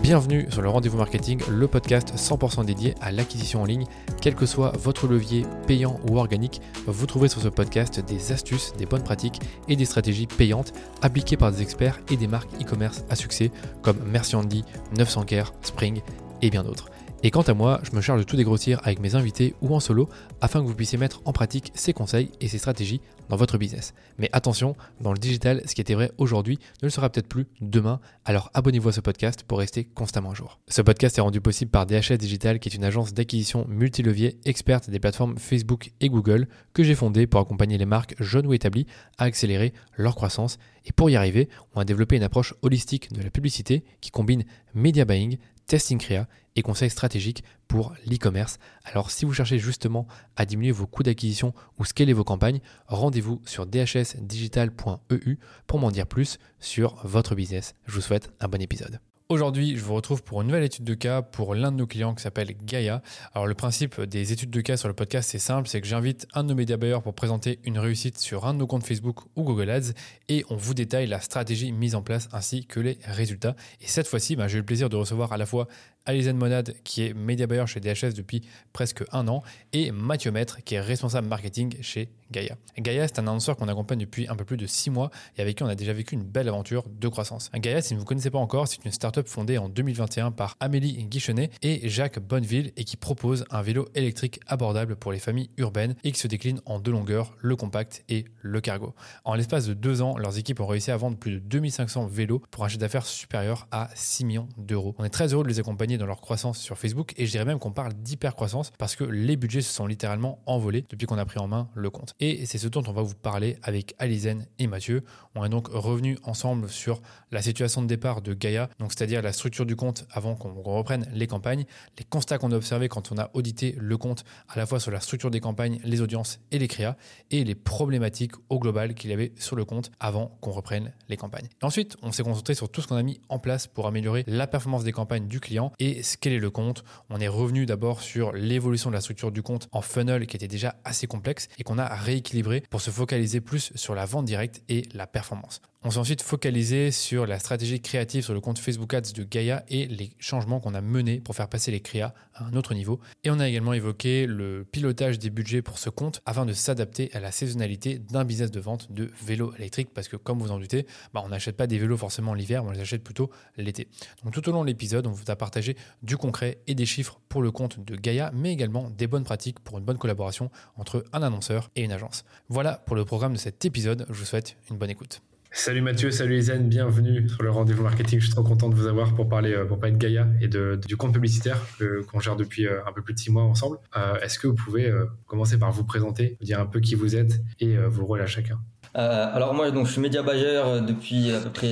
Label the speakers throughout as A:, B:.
A: Bienvenue sur le Rendez-vous Marketing, le podcast 100% dédié à l'acquisition en ligne. Quel que soit votre levier payant ou organique, vous trouverez sur ce podcast des astuces, des bonnes pratiques et des stratégies payantes appliquées par des experts et des marques e-commerce à succès comme Merci Andy, 900care, Spring et bien d'autres. Et quant à moi, je me charge de tout dégrossir avec mes invités ou en solo afin que vous puissiez mettre en pratique ces conseils et ces stratégies dans votre business. Mais attention, dans le digital, ce qui était vrai aujourd'hui ne le sera peut-être plus demain, alors abonnez-vous à ce podcast pour rester constamment à jour. Ce podcast est rendu possible par DHS Digital, qui est une agence d'acquisition multilevier experte des plateformes Facebook et Google que j'ai fondée pour accompagner les marques jeunes ou établies à accélérer leur croissance. Et pour y arriver, on a développé une approche holistique de la publicité qui combine media buying, testing créa et conseils stratégiques pour l'e-commerce. Alors si vous cherchez justement à diminuer vos coûts d'acquisition ou scaler vos campagnes, rendez-vous sur dhsdigital.eu pour m'en dire plus sur votre business. Je vous souhaite un bon épisode. Aujourd'hui, je vous retrouve pour une nouvelle étude de cas pour l'un de nos clients qui s'appelle Gaia. Alors le principe des études de cas sur le podcast, c'est simple, c'est que j'invite un de nos média buyers pour présenter une réussite sur un de nos comptes Facebook ou Google Ads et on vous détaille la stratégie mise en place ainsi que les résultats. Et cette fois-ci, j'ai eu le plaisir de recevoir à la fois Alison Monad, qui est média buyer chez DHS depuis presque 1 an, et Mathieu Maître, qui est responsable marketing chez Gaia. Gaia, c'est un annonceur qu'on accompagne depuis un peu plus de 6 mois et avec qui on a déjà vécu une belle aventure de croissance. Gaia, si vous ne vous connaissez pas encore, c'est une startup fondée en 2021 par Amélie Guichenet et Jacques Bonneville et qui propose un vélo électrique abordable pour les familles urbaines et qui se décline en 2 longueurs, le compact et le cargo. En l'espace de 2 ans, leurs équipes ont réussi à vendre plus de 2500 vélos pour un chiffre d'affaires supérieur à 6 millions d'euros. On est très heureux de les accompagner dans leur croissance sur Facebook et je dirais même qu'on parle d'hyper-croissance parce que les budgets se sont littéralement envolés depuis qu'on a pris en main le compte. Et c'est ce dont on va vous parler avec Alison et Mathieu. On est donc revenu ensemble sur la situation de départ de Gaia, donc c'est-à-dire la structure du compte avant qu'on reprenne les campagnes, les constats qu'on a observés quand on a audité le compte à la fois sur la structure des campagnes, les audiences et les créas et les problématiques au global qu'il y avait sur le compte avant qu'on reprenne les campagnes. Et ensuite, on s'est concentré sur tout ce qu'on a mis en place pour améliorer la performance des campagnes du client et scaler le compte. On est revenu d'abord sur l'évolution de la structure du compte en funnel qui était déjà assez complexe et qu'on a rééquilibré pour se focaliser plus sur la vente directe et la performance. On s'est ensuite focalisé sur la stratégie créative sur le compte Facebook Ads de Gaia et les changements qu'on a menés pour faire passer les créas à un autre niveau. Et on a également évoqué le pilotage des budgets pour ce compte afin de s'adapter à la saisonnalité d'un business de vente de vélos électriques parce que comme vous en doutez, on n'achète pas des vélos forcément l'hiver, on les achète plutôt l'été. Donc tout au long de l'épisode, on vous a partagé du concret et des chiffres pour le compte de Gaia, mais également des bonnes pratiques pour une bonne collaboration entre un annonceur et une agence. Voilà pour le programme de cet épisode, je vous souhaite une bonne écoute.
B: Salut Mathieu, salut Alison, bienvenue sur le Rendez-vous Marketing. Je suis trop content de vous avoir pour parler de Gaia et du compte publicitaire qu'on gère depuis un peu plus de 6 mois ensemble. Est-ce que vous pouvez commencer par vous présenter, vous dire un peu qui vous êtes et vos rôles à chacun?
C: Alors moi je suis média buyer depuis à peu près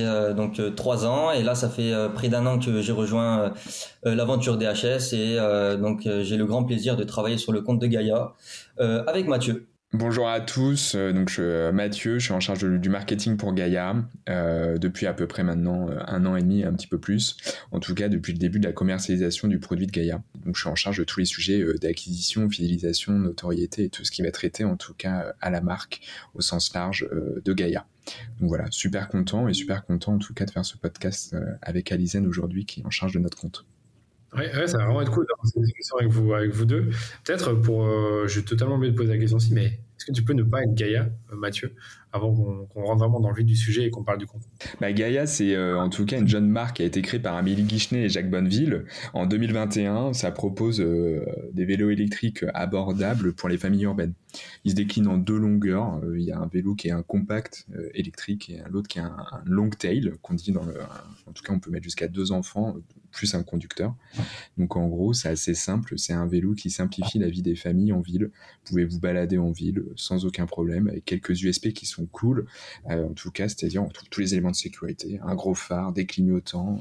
C: 3 ans et là ça fait près d'1 an que j'ai rejoint l'aventure DHS et j'ai le grand plaisir de travailler sur le compte de Gaia avec Mathieu.
D: Bonjour à tous, donc je suis Mathieu, je suis en charge du marketing pour Gaia depuis à peu près maintenant 1 an et demi, un petit peu plus, en tout cas depuis le début de la commercialisation du produit de Gaia. Donc je suis en charge de tous les sujets d'acquisition, fidélisation, notoriété et tout ce qui va traiter en tout cas à la marque au sens large de Gaia. Donc voilà, super content en tout cas de faire ce podcast avec Alison aujourd'hui qui est en charge de notre compte.
B: Ouais, ça va vraiment être cool d'avoir cette discussion avec vous deux. Peut-être je vais totalement oublié de poser la question aussi, mais est-ce que tu peux ne pas être Gaia, Mathieu, avant qu'on rentre vraiment dans le vif du sujet et qu'on parle du compte?
D: Gaia, c'est en tout cas une jeune marque qui a été créée par Amélie Guichenet et Jacques Bonneville. En 2021, ça propose des vélos électriques abordables pour les familles urbaines. Il se décline en 2 longueurs. Il y a un vélo qui est un compact électrique et l'autre qui est un long tail, qu'on dit en tout cas on peut mettre jusqu'à 2 enfants, plus un conducteur. Donc en gros, c'est assez simple. C'est un vélo qui simplifie la vie des familles en ville. Vous pouvez vous balader en ville sans aucun problème, avec quelques USP qui sont cool. En tout cas, c'est-à-dire on trouve tous les éléments de sécurité, un gros phare, des clignotants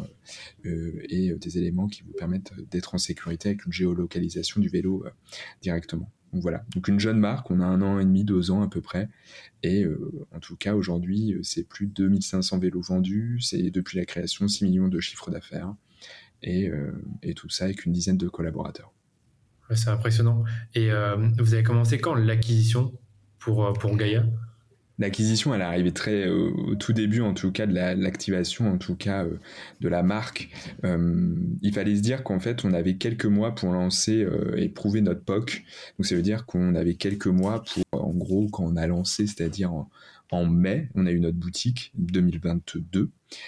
D: et des éléments qui vous permettent d'être en sécurité avec une géolocalisation du vélo directement. Donc voilà, donc une jeune marque, on a 1 an et demi, 2 ans à peu près, et en tout cas aujourd'hui c'est plus de 2500 vélos vendus, c'est depuis la création 6 millions de chiffres d'affaires, et tout ça avec une dizaine de collaborateurs.
B: Ouais, c'est impressionnant. Et vous avez commencé quand l'acquisition pour Gaia?
D: L'acquisition, elle est arrivée très au tout début, en tout cas, de l'activation, en tout cas, de la marque. Il fallait se dire qu'en fait, on avait quelques mois pour lancer et prouver notre POC. Donc, ça veut dire qu'on avait quelques mois pour, en gros, quand on a lancé, c'est-à-dire en mai, on a eu notre boutique 2022.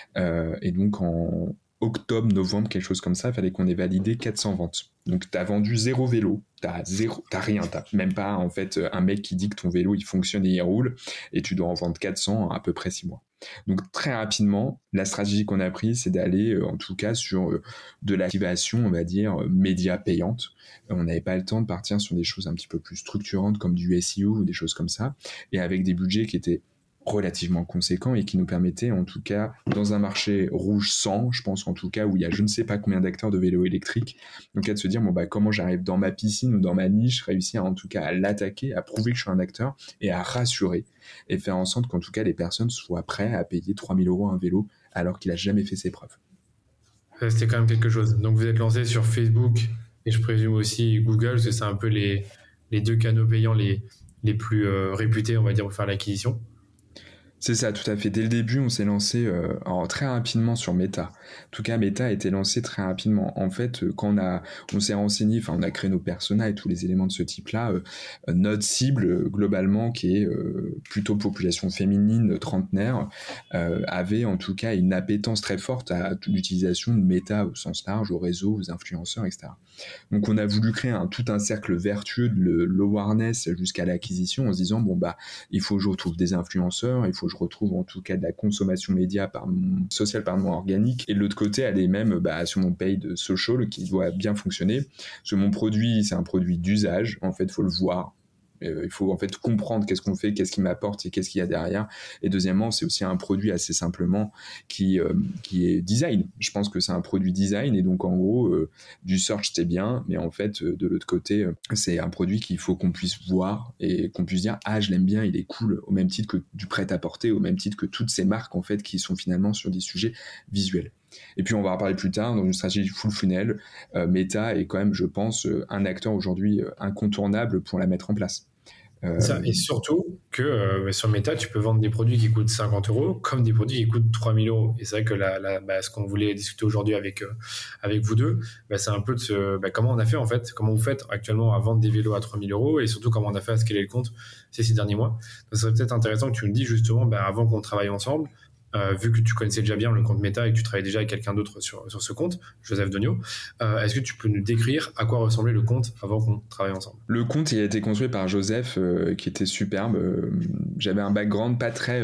D: Et donc, en octobre, novembre, quelque chose comme ça, il fallait qu'on ait validé 400 ventes. Donc, tu as vendu 0 vélo, t'as rien, t'as même pas en fait un mec qui dit que ton vélo il fonctionne et il roule, et tu dois en vendre 400 en à peu près 6 mois. Donc, très rapidement, la stratégie qu'on a prise, c'est d'aller en tout cas sur de l'activation, on va dire, média payante. On n'avait pas le temps de partir sur des choses un petit peu plus structurantes comme du SEO ou des choses comme ça, et avec des budgets qui étaient relativement conséquent et qui nous permettait en tout cas dans un marché rouge 100, je pense en tout cas où il y a je ne sais pas combien d'acteurs de vélo électrique, donc à de se dire bon bah comment j'arrive dans ma piscine ou dans ma niche, réussir en tout cas à l'attaquer, à prouver que je suis un acteur et à rassurer et faire en sorte qu'en tout cas les personnes soient prêtes à payer 3 000 € un vélo alors qu'il a jamais fait ses preuves.
B: C'était quand même quelque chose. Donc vous êtes lancé sur Facebook et je présume aussi Google, parce que c'est un peu les deux canaux payants les plus réputés, on va dire, pour faire l'acquisition.
D: C'est ça, tout à fait. Dès le début, on s'est lancé très rapidement sur Meta. En tout cas, Meta a été lancé très rapidement. En fait, quand on s'est renseigné, on a créé nos personas et tous les éléments de ce type-là, notre cible, globalement, qui est plutôt population féminine, trentenaire, avait en tout cas une appétence très forte à l'utilisation de Meta au sens large, aux réseaux, aux influenceurs, etc. Donc, on a voulu créer tout un cercle vertueux de l'awareness jusqu'à l'acquisition en se disant, bon, bah, il faut que je retrouve des influenceurs, il faut que je retrouve en tout cas de la consommation média sociale organique, et de l'autre côté aller même sur mon paid social qui doit bien fonctionner, parce que mon produit c'est un produit d'usage, en fait il faut le voir. Il faut en fait comprendre qu'est-ce qu'on fait, qu'est-ce qui m'apporte et qu'est-ce qu'il y a derrière. Et deuxièmement, c'est aussi un produit assez simplement qui est design. Je pense que c'est un produit design et donc en gros du search c'est bien, mais en fait de l'autre côté c'est un produit qu'il faut qu'on puisse voir et qu'on puisse dire je l'aime bien, il est cool, au même titre que du prêt-à-porter, au même titre que toutes ces marques en fait qui sont finalement sur des sujets visuels. Et puis on va en parler plus tard dans une stratégie full funnel. Meta est quand même, je pense, un acteur aujourd'hui incontournable pour la mettre en place.
B: Ça, et surtout que sur Meta, tu peux vendre des produits qui coûtent 50 € comme des produits qui coûtent 3 000 €. Et c'est vrai que ce qu'on voulait discuter aujourd'hui avec vous deux, c'est un peu de comment on a fait en fait, comment vous faites actuellement à vendre des vélos à 3 000 € et surtout comment on a fait à scaler le compte ces derniers mois. Donc, ça serait peut-être intéressant que tu me dises justement, avant qu'on travaille ensemble, vu que tu connaissais déjà bien le compte Meta et que tu travaillais déjà avec quelqu'un d'autre sur ce compte, Joseph Dogno, est-ce que tu peux nous décrire à quoi ressemblait le compte avant qu'on travaille ensemble ?
D: Le compte, il a été construit par Joseph, qui était superbe. J'avais un background pas très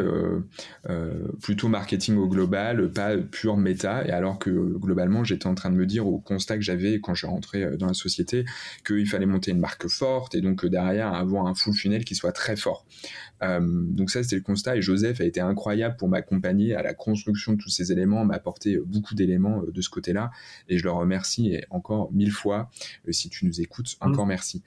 D: plutôt marketing au global, pas pure méta, et alors que globalement, j'étais en train de me dire au constat que j'avais quand je suis rentré dans la société qu'il fallait monter une marque forte et donc derrière avoir un full funnel qui soit très fort. Donc ça, c'était le constat, et Joseph a été incroyable pour m'accompagner à la construction de tous ces éléments, m'a apporté beaucoup d'éléments de ce côté-là, et je le remercie et encore 1000 fois. Si tu nous écoutes, encore merci.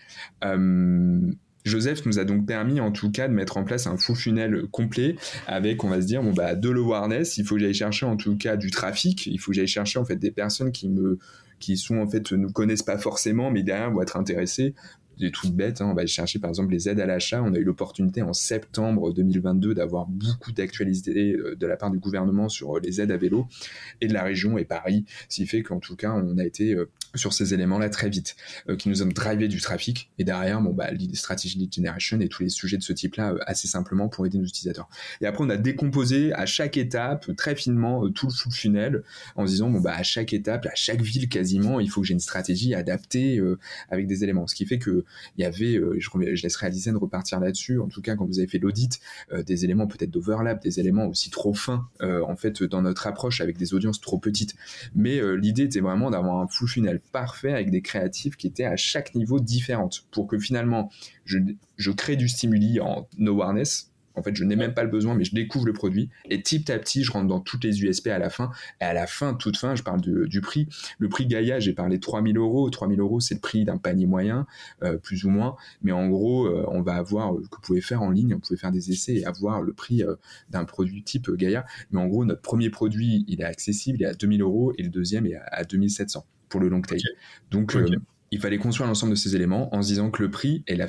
D: Joseph nous a donc permis en tout cas de mettre en place un full funnel complet avec, on va se dire, de l'awareness. Il faut que j'aille chercher en tout cas du trafic, il faut que j'aille chercher en fait des personnes qui sont en fait nous connaissent pas forcément, mais derrière vont être intéressées. Des trucs bêtes, on va chercher par exemple les aides à l'achat. On a eu l'opportunité en septembre 2022 d'avoir beaucoup d'actualités de la part du gouvernement sur les aides à vélo et de la région et Paris, ce qui fait qu'en tout cas on a été sur ces éléments-là très vite, qui nous ont drivé du trafic, et derrière les stratégies lead generation et tous les sujets de ce type-là assez simplement pour aider nos utilisateurs. Et après on a décomposé à chaque étape très finement tout le full funnel en se disant à chaque étape, à chaque ville quasiment, il faut que j'ai une stratégie adaptée avec des éléments, ce qui fait que il y avait, je laisserai Alison repartir là-dessus, en tout cas quand vous avez fait l'audit, des éléments peut-être d'overlap, des éléments aussi trop fins en fait dans notre approche avec des audiences trop petites, mais l'idée était vraiment d'avoir un full funnel parfait avec des créatifs qui étaient à chaque niveau différentes pour que finalement je crée du stimuli en awareness. En fait, je n'ai même pas le besoin, mais je découvre le produit et petit à petit, je rentre dans toutes les USP à la fin. Et à la fin, toute fin, je parle du prix. Le prix Gaïa, j'ai parlé de 3 000 €. 3 000 €, c'est le prix d'un panier moyen, plus ou moins. Mais en gros, on va avoir, que vous pouvez faire en ligne, vous pouvez faire des essais et avoir le prix d'un produit type Gaïa. Mais en gros, notre premier produit, il est accessible, il est à 2 000 € et le deuxième est à 2 700 pour le long tail. Donc, il fallait construire l'ensemble de ces éléments en se disant que le prix est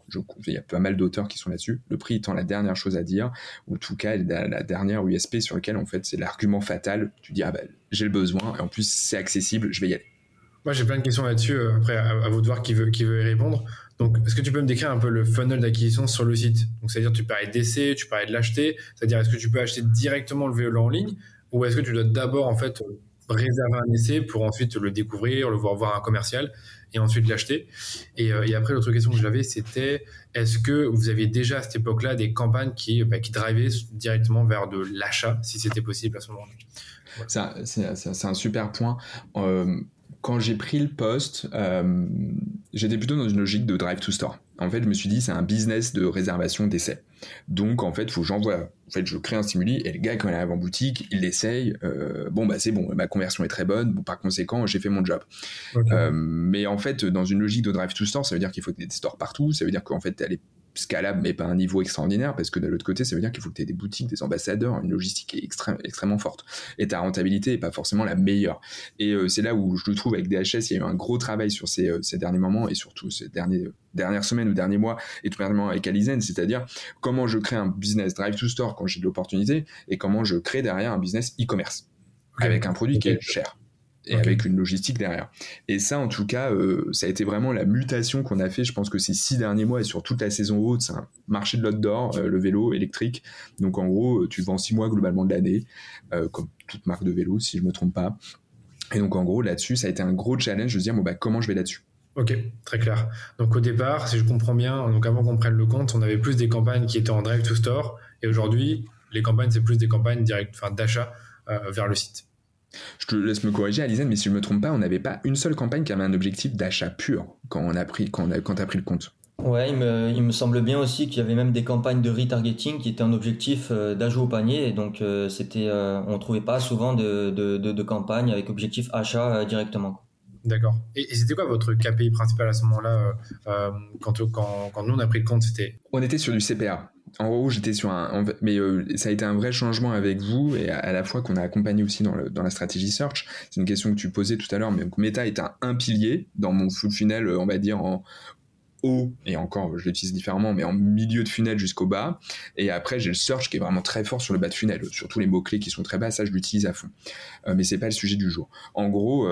D: Il y a pas mal d'auteurs qui sont là-dessus. Le prix étant la dernière chose à dire, ou en tout cas la dernière USP sur lequel en fait c'est l'argument fatal. Tu dis j'ai le besoin et en plus c'est accessible, je vais y aller.
B: Moi j'ai plein de questions là-dessus. Après à vous de voir qui veut y répondre. Donc est-ce que tu peux me décrire un peu le funnel d'acquisition sur le site? Donc c'est-à-dire tu parlais d'essai, tu parlais de l'acheter. C'est-à-dire est-ce que tu peux acheter directement le vélo en ligne ou est-ce que tu dois d'abord en fait réserver un essai pour ensuite le découvrir, le voir un commercial et ensuite l'acheter. Et après, l'autre question que j'avais, c'était est-ce que vous aviez déjà à cette époque-là des campagnes qui drivaient directement vers de l'achat, si c'était possible à ce moment-là?
D: Ouais. Ça, c'est un super point. Quand j'ai pris le poste, j'étais plutôt dans une logique de drive to store. En fait, je me suis dit, c'est un business de réservation d'essai. Donc, en fait, il faut que j'envoie. En fait, je crée un stimuli et le gars, quand il arrive en boutique, il l'essaye. C'est bon, ma conversion est très bonne. Bon, par conséquent, j'ai fait mon job. Okay. Mais en fait, dans une logique de drive to store, ça veut dire qu'il faut des stores partout. Ça veut dire qu'en fait, elle est scalable, mais pas à un niveau extraordinaire, parce que de l'autre côté, ça veut dire qu'il faut que tu aies des boutiques, des ambassadeurs, une logistique qui est extrêmement forte. Et ta rentabilité n'est pas forcément la meilleure. Et c'est là où je le trouve avec DHS, il y a eu un gros travail sur ces derniers moments, et surtout ces dernières semaines ou derniers mois, et tout particulièrement avec Alizen, c'est-à-dire comment je crée un business drive to store quand j'ai de l'opportunité, et comment je crée derrière un business e-commerce, avec un produit qui est cher. Et avec une logistique derrière. Et ça, en tout cas, ça a été vraiment la mutation qu'on a fait, je pense que ces 6 derniers mois et sur toute la saison haute, c'est un marché de l'outdoor, le vélo électrique. Donc, en gros, tu vends 6 mois globalement de l'année, comme toute marque de vélo, si je me trompe pas. Et donc, en gros, là-dessus, ça a été un gros challenge de se dire, comment je vais là-dessus?
B: Ok, très clair. Donc, au départ, si je comprends bien, donc avant qu'on prenne le compte, on avait plus des campagnes qui étaient en drive to store. Et aujourd'hui, les campagnes, c'est plus des campagnes d'achat vers le site.
D: Je te laisse me corriger, Alizen, mais si je ne me trompe pas, on n'avait pas une seule campagne qui avait un objectif d'achat pur quand tu as pris le compte.
C: Ouais, il me semble bien aussi qu'il y avait même des campagnes de retargeting qui étaient un objectif d'ajout au panier. Et donc, on ne trouvait pas souvent de campagnes avec objectif achat directement.
B: D'accord. Et c'était quoi votre KPI principal à ce moment-là quand nous on a pris le compte,
D: On était sur du CPA. En gros, j'étais sur mais ça a été un vrai changement avec vous et à la fois qu'on a accompagné aussi dans la stratégie search. C'est une question que tu posais tout à l'heure, mais Meta est un pilier dans mon full funnel, on va dire en haut, et encore je l'utilise différemment, mais en milieu de funnel jusqu'au bas. Et après j'ai le search qui est vraiment très fort sur le bas de funnel, surtout les mots-clés qui sont très bas, ça je l'utilise à fond. Mais c'est pas le sujet du jour. En gros,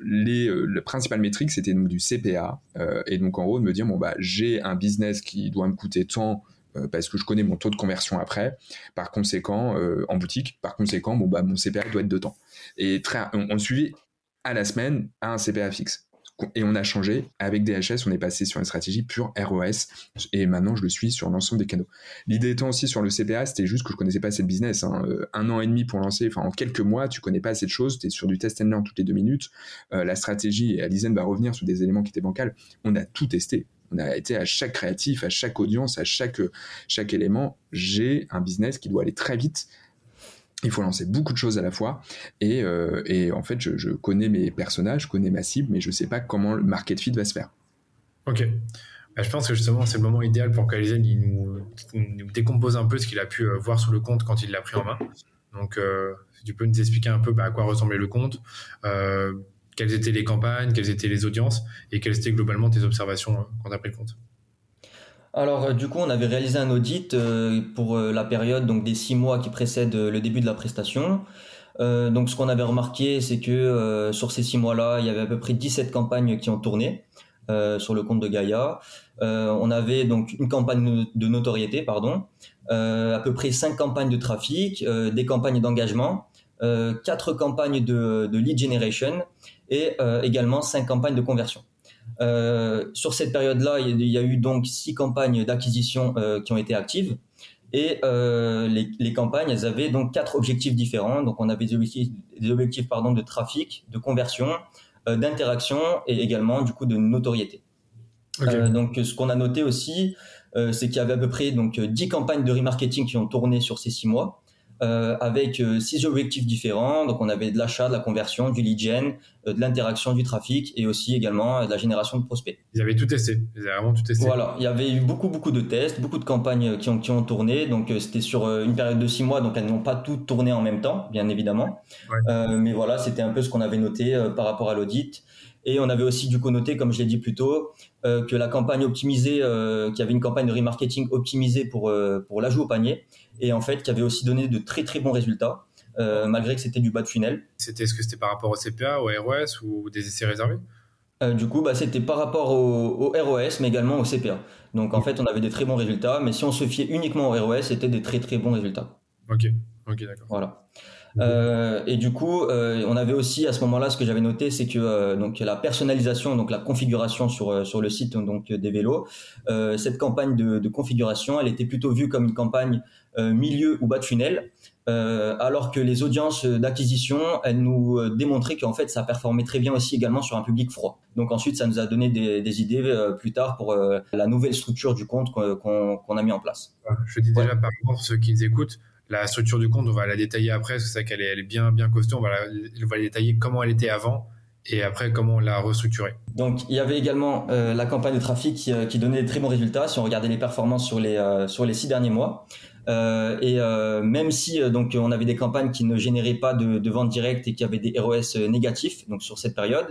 D: le principal métrique c'était donc du CPA, et donc en gros de me dire j'ai un business qui doit me coûter tant parce que je connais mon taux de conversion après, par conséquent en boutique, par conséquent mon CPA doit être de temps. Et on suivait à la semaine à un CPA fixe. Et on a changé, avec DHS, on est passé sur une stratégie pure ROS, et maintenant je le suis sur l'ensemble des canaux. L'idée étant aussi sur le CPA, c'était juste que je connaissais pas assez de business, 1 an et demi pour lancer, en quelques mois, tu connais pas assez de choses, tu es sur du test and learn toutes les 2 minutes, la stratégie, et Alizen va revenir sur des éléments qui étaient bancals, on a tout testé. On a été à chaque créatif, à chaque audience, à chaque élément. J'ai un business qui doit aller très vite. Il faut lancer beaucoup de choses à la fois. Et en fait, je connais mes personnages, je connais ma cible, mais je ne sais pas comment le market fit va se faire.
B: Ok. Je pense que justement, c'est le moment idéal pour qu'Alizen nous décompose un peu ce qu'il a pu voir sur le compte quand il l'a pris en main. Donc, si tu peux nous expliquer un peu à quoi ressemblait le compte, quelles étaient les campagnes, quelles étaient les audiences et quelles étaient globalement tes observations quand tu as pris le compte.
C: Alors du coup on avait réalisé un audit pour la période donc des 6 mois qui précèdent le début de la prestation. Donc ce qu'on avait remarqué c'est que sur ces 6 mois-là il y avait à peu près 17 campagnes qui ont tourné sur le compte de Gaïa. On avait donc une campagne de notoriété, à peu près 5 campagnes de trafic, des campagnes d'engagement, 4 campagnes de lead generation et également 5 campagnes de conversion. Sur cette période-là, il y a eu donc 6 campagnes d'acquisition qui ont été actives et les campagnes, elles avaient donc 4 objectifs différents. Donc on avait des objectifs de trafic, de conversion, d'interaction et également du coup de notoriété. Okay. Donc ce qu'on a noté aussi, c'est qu'il y avait à peu près donc 10 campagnes de remarketing qui ont tourné sur ces 6 mois. avec 6 objectifs différents. Donc on avait de l'achat, de la conversion, du lead gen, de l'interaction, du trafic et aussi également de la génération de prospects.
B: Ils avaient tout testé, ils avaient vraiment tout testé.
C: Voilà, il y avait eu beaucoup de tests, beaucoup de campagnes qui ont tourné. Donc c'était sur une période de 6 mois, donc elles n'ont pas toutes tourné en même temps, bien évidemment. Mais voilà, c'était un peu ce qu'on avait noté par rapport à l'audit. Et on avait aussi du coup noté, comme je l'ai dit plus tôt, que la campagne optimisée, qu'il y avait une campagne de remarketing optimisée pour l'ajout au panier, et en fait qui avait aussi donné de très très bons résultats, malgré que c'était du bas de funnel.
B: Est-ce que c'était par rapport au CPA, au ROS ou des essais réservés?
C: Du coup, c'était par rapport au ROS, mais également au CPA. Donc en fait, on avait des très bons résultats, mais si on se fiait uniquement au ROS, c'était des très très bons résultats.
B: Ok, d'accord.
C: Voilà. Et du coup, on avait aussi à ce moment-là, ce que j'avais noté, c'est que donc la personnalisation, donc la configuration sur le site donc des vélos, cette campagne de configuration, elle était plutôt vue comme une campagne milieu ou bas de funnel, alors que les audiences d'acquisition, elles nous démontraient qu'en fait ça performait très bien aussi également sur un public froid. Donc ensuite, ça nous a donné des idées plus tard pour la nouvelle structure du compte qu'on a mis en place.
B: Je dis déjà par rapport à ceux qui nous écoutent. La structure du compte, on va la détailler après, parce que c'est vrai qu'elle est bien costaud. On va la détailler comment elle était avant et après comment on l'a restructurée.
C: Donc, il y avait également la campagne de trafic qui donnait de très bons résultats si on regardait les performances sur les 6 derniers mois. Même si donc on avait des campagnes qui ne généraient pas de ventes directes et qui avaient des ROS négatifs, donc sur cette période,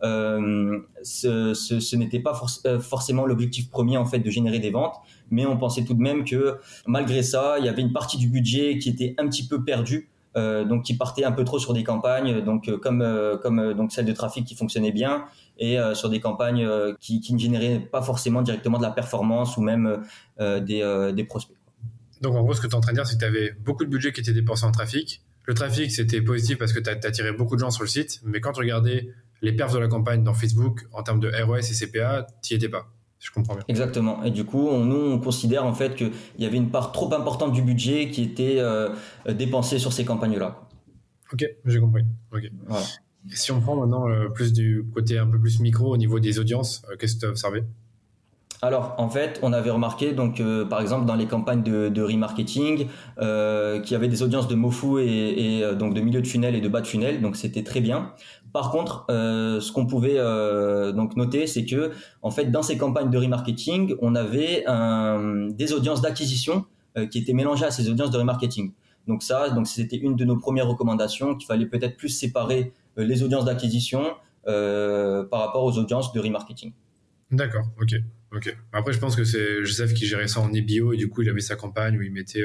C: ce n'était pas forcément l'objectif premier en fait de générer des ventes, mais on pensait tout de même que malgré ça, il y avait une partie du budget qui était un petit peu perdue, donc qui partait un peu trop sur des campagnes, donc comme donc celle de trafic qui fonctionnait bien, et sur des campagnes qui ne généraient pas forcément directement de la performance ou même des prospects.
B: Donc en gros, ce que tu es en train de dire, c'est que tu avais beaucoup de budget qui était dépensé en trafic. Le trafic, c'était positif parce que tu as attiré beaucoup de gens sur le site, mais quand tu regardais les perfs de la campagne dans Facebook, en termes de ROS et CPA, tu n'y étais pas, si je comprends bien.
C: Exactement. Et du coup, on considère en fait qu'il y avait une part trop importante du budget qui était dépensée sur ces campagnes-là.
B: Ok, j'ai compris. Okay.
C: Voilà.
B: Et si on prend maintenant plus du côté un peu plus micro au niveau des audiences, qu'est-ce que tu as observé?
C: Alors, en fait, on avait remarqué, donc, par exemple, dans les campagnes de remarketing, qu'il y avait des audiences de MoFu et donc de milieu de funnel et de bas de funnel, donc c'était très bien. Par contre, ce qu'on pouvait donc noter, c'est que, en fait, dans ces campagnes de remarketing, on avait des audiences d'acquisition qui étaient mélangées à ces audiences de remarketing. Donc c'était une de nos premières recommandations, qu'il fallait peut-être plus séparer les audiences d'acquisition par rapport aux audiences de remarketing.
B: D'accord, ok. Après, je pense que c'est Joseph qui gérait ça en EBO et du coup, il avait sa campagne où il mettait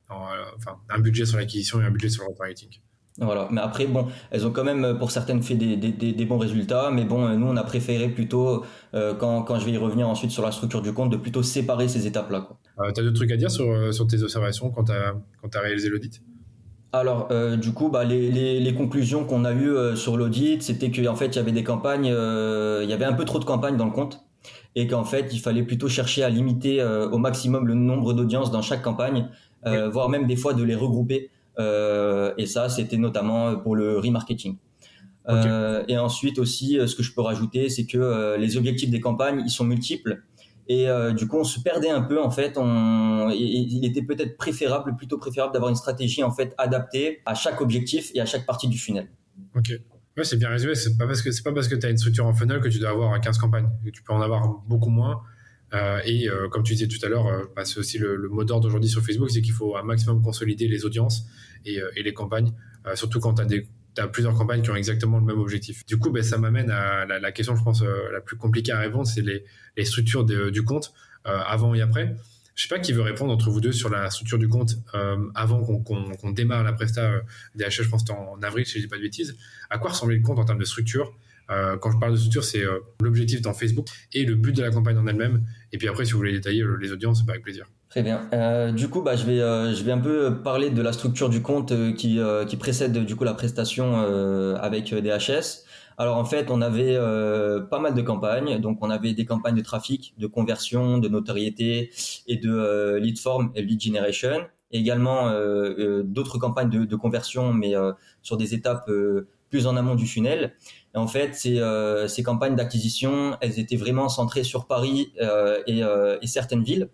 B: un budget sur l'acquisition et un budget sur le retargeting.
C: Voilà, mais après, bon, elles ont quand même pour certaines fait des bons résultats, mais bon, nous, on a préféré plutôt, quand je vais y revenir ensuite sur la structure du compte, de plutôt séparer ces étapes-là, quoi.
B: T'as d'autres trucs à dire sur tes observations quand t'as réalisé l'audit?
C: Alors, du coup, les conclusions qu'on a eues sur l'audit, c'était qu'en fait, il y avait des campagnes, il y avait un peu trop de campagnes dans le compte, et qu'en fait, il fallait plutôt chercher à limiter au maximum le nombre d'audiences dans chaque campagne, voire même des fois de les regrouper. Et ça, c'était notamment pour le remarketing. Okay. Et ensuite aussi, ce que je peux rajouter, c'est que les objectifs des campagnes, ils sont multiples. Et du coup, on se perdait un peu en fait. Il était peut-être plutôt préférable d'avoir une stratégie en fait adaptée à chaque objectif et à chaque partie du funnel.
B: Ok. Ouais, c'est bien résumé. C'est pas parce que tu as une structure en funnel que tu dois avoir 15 campagnes. Tu peux en avoir beaucoup moins. Comme tu disais tout à l'heure, c'est aussi le mot d'ordre d'aujourd'hui sur Facebook, c'est qu'il faut un maximum consolider les audiences et les campagnes, surtout quand tu as plusieurs campagnes qui ont exactement le même objectif. Du coup, ça m'amène à la question, je pense, la plus compliquée à répondre, c'est les structures du compte avant et après. Je sais pas qui veut répondre entre vous deux sur la structure du compte avant qu'on démarre la presta DHL, je pense que c'était en avril, si je dis pas de bêtises. À quoi ressemblait le compte en termes de structure? Quand je parle de structure, c'est l'objectif dans Facebook et le but de la campagne en elle-même. Et puis après, si vous voulez détailler les audiences, avec plaisir.
C: Très bien. Du coup, je vais un peu parler de la structure du compte qui précède du coup la prestation avec DHS. Alors en fait, on avait pas mal de campagnes. Donc on avait des campagnes de trafic, de conversion, de notoriété et de lead form et lead generation. Et également d'autres campagnes de conversion, mais sur des étapes plus en amont du funnel. Et en fait, ces campagnes d'acquisition, elles étaient vraiment centrées sur Paris et certaines villes.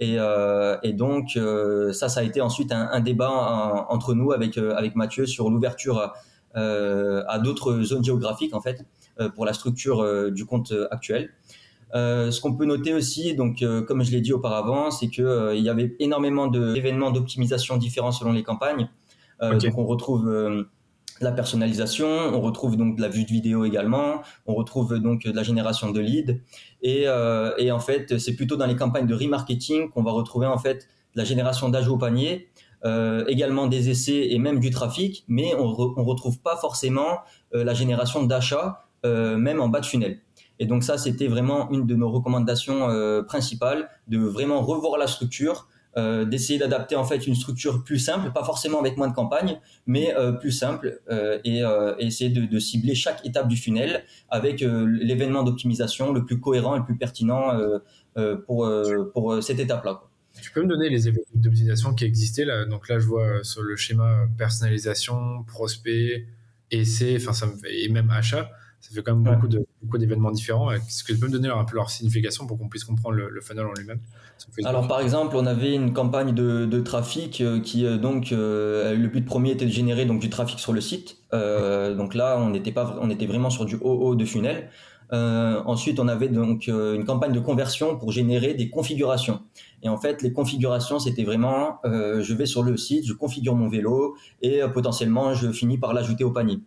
C: Et donc ça a été ensuite un débat entre nous avec Mathieu sur l'ouverture à d'autres zones géographiques en fait pour la structure du compte actuel. Ce qu'on peut noter aussi, donc comme je l'ai dit auparavant, c'est que il y avait énormément d'événements d'optimisation différents selon les campagnes. Donc on retrouve la personnalisation, on retrouve donc de la vue de vidéo également, on retrouve donc de la génération de leads et en fait c'est plutôt dans les campagnes de remarketing qu'on va retrouver en fait la génération d'ajouts au panier, également des essais et même du trafic, mais on retrouve pas forcément la génération d'achats même en bas de funnel. Et donc ça c'était vraiment une de nos recommandations principales, de vraiment revoir la structure. D'essayer d'adapter en fait une structure plus simple, pas forcément avec moins de campagnes, mais plus simple et essayer de cibler chaque étape du funnel avec l'événement d'optimisation le plus cohérent et le plus pertinent pour cette étape-là.
B: Tu peux me donner les événements d'optimisation qui existaient là? Donc là, je vois sur le schéma personnalisation, prospect, essai, et même achat. Ça fait quand même beaucoup d'événements différents. Est-ce que tu peux me donner un peu leur signification pour qu'on puisse comprendre le funnel en lui-même?
C: Alors par exemple, on avait une campagne de trafic qui le but premier était de générer donc du trafic sur le site. Donc là, on était vraiment sur du haut de funnel. Ensuite, on avait donc une campagne de conversion pour générer des configurations. Et en fait, les configurations, c'était vraiment je vais sur le site, je configure mon vélo et potentiellement je finis par l'ajouter au panier.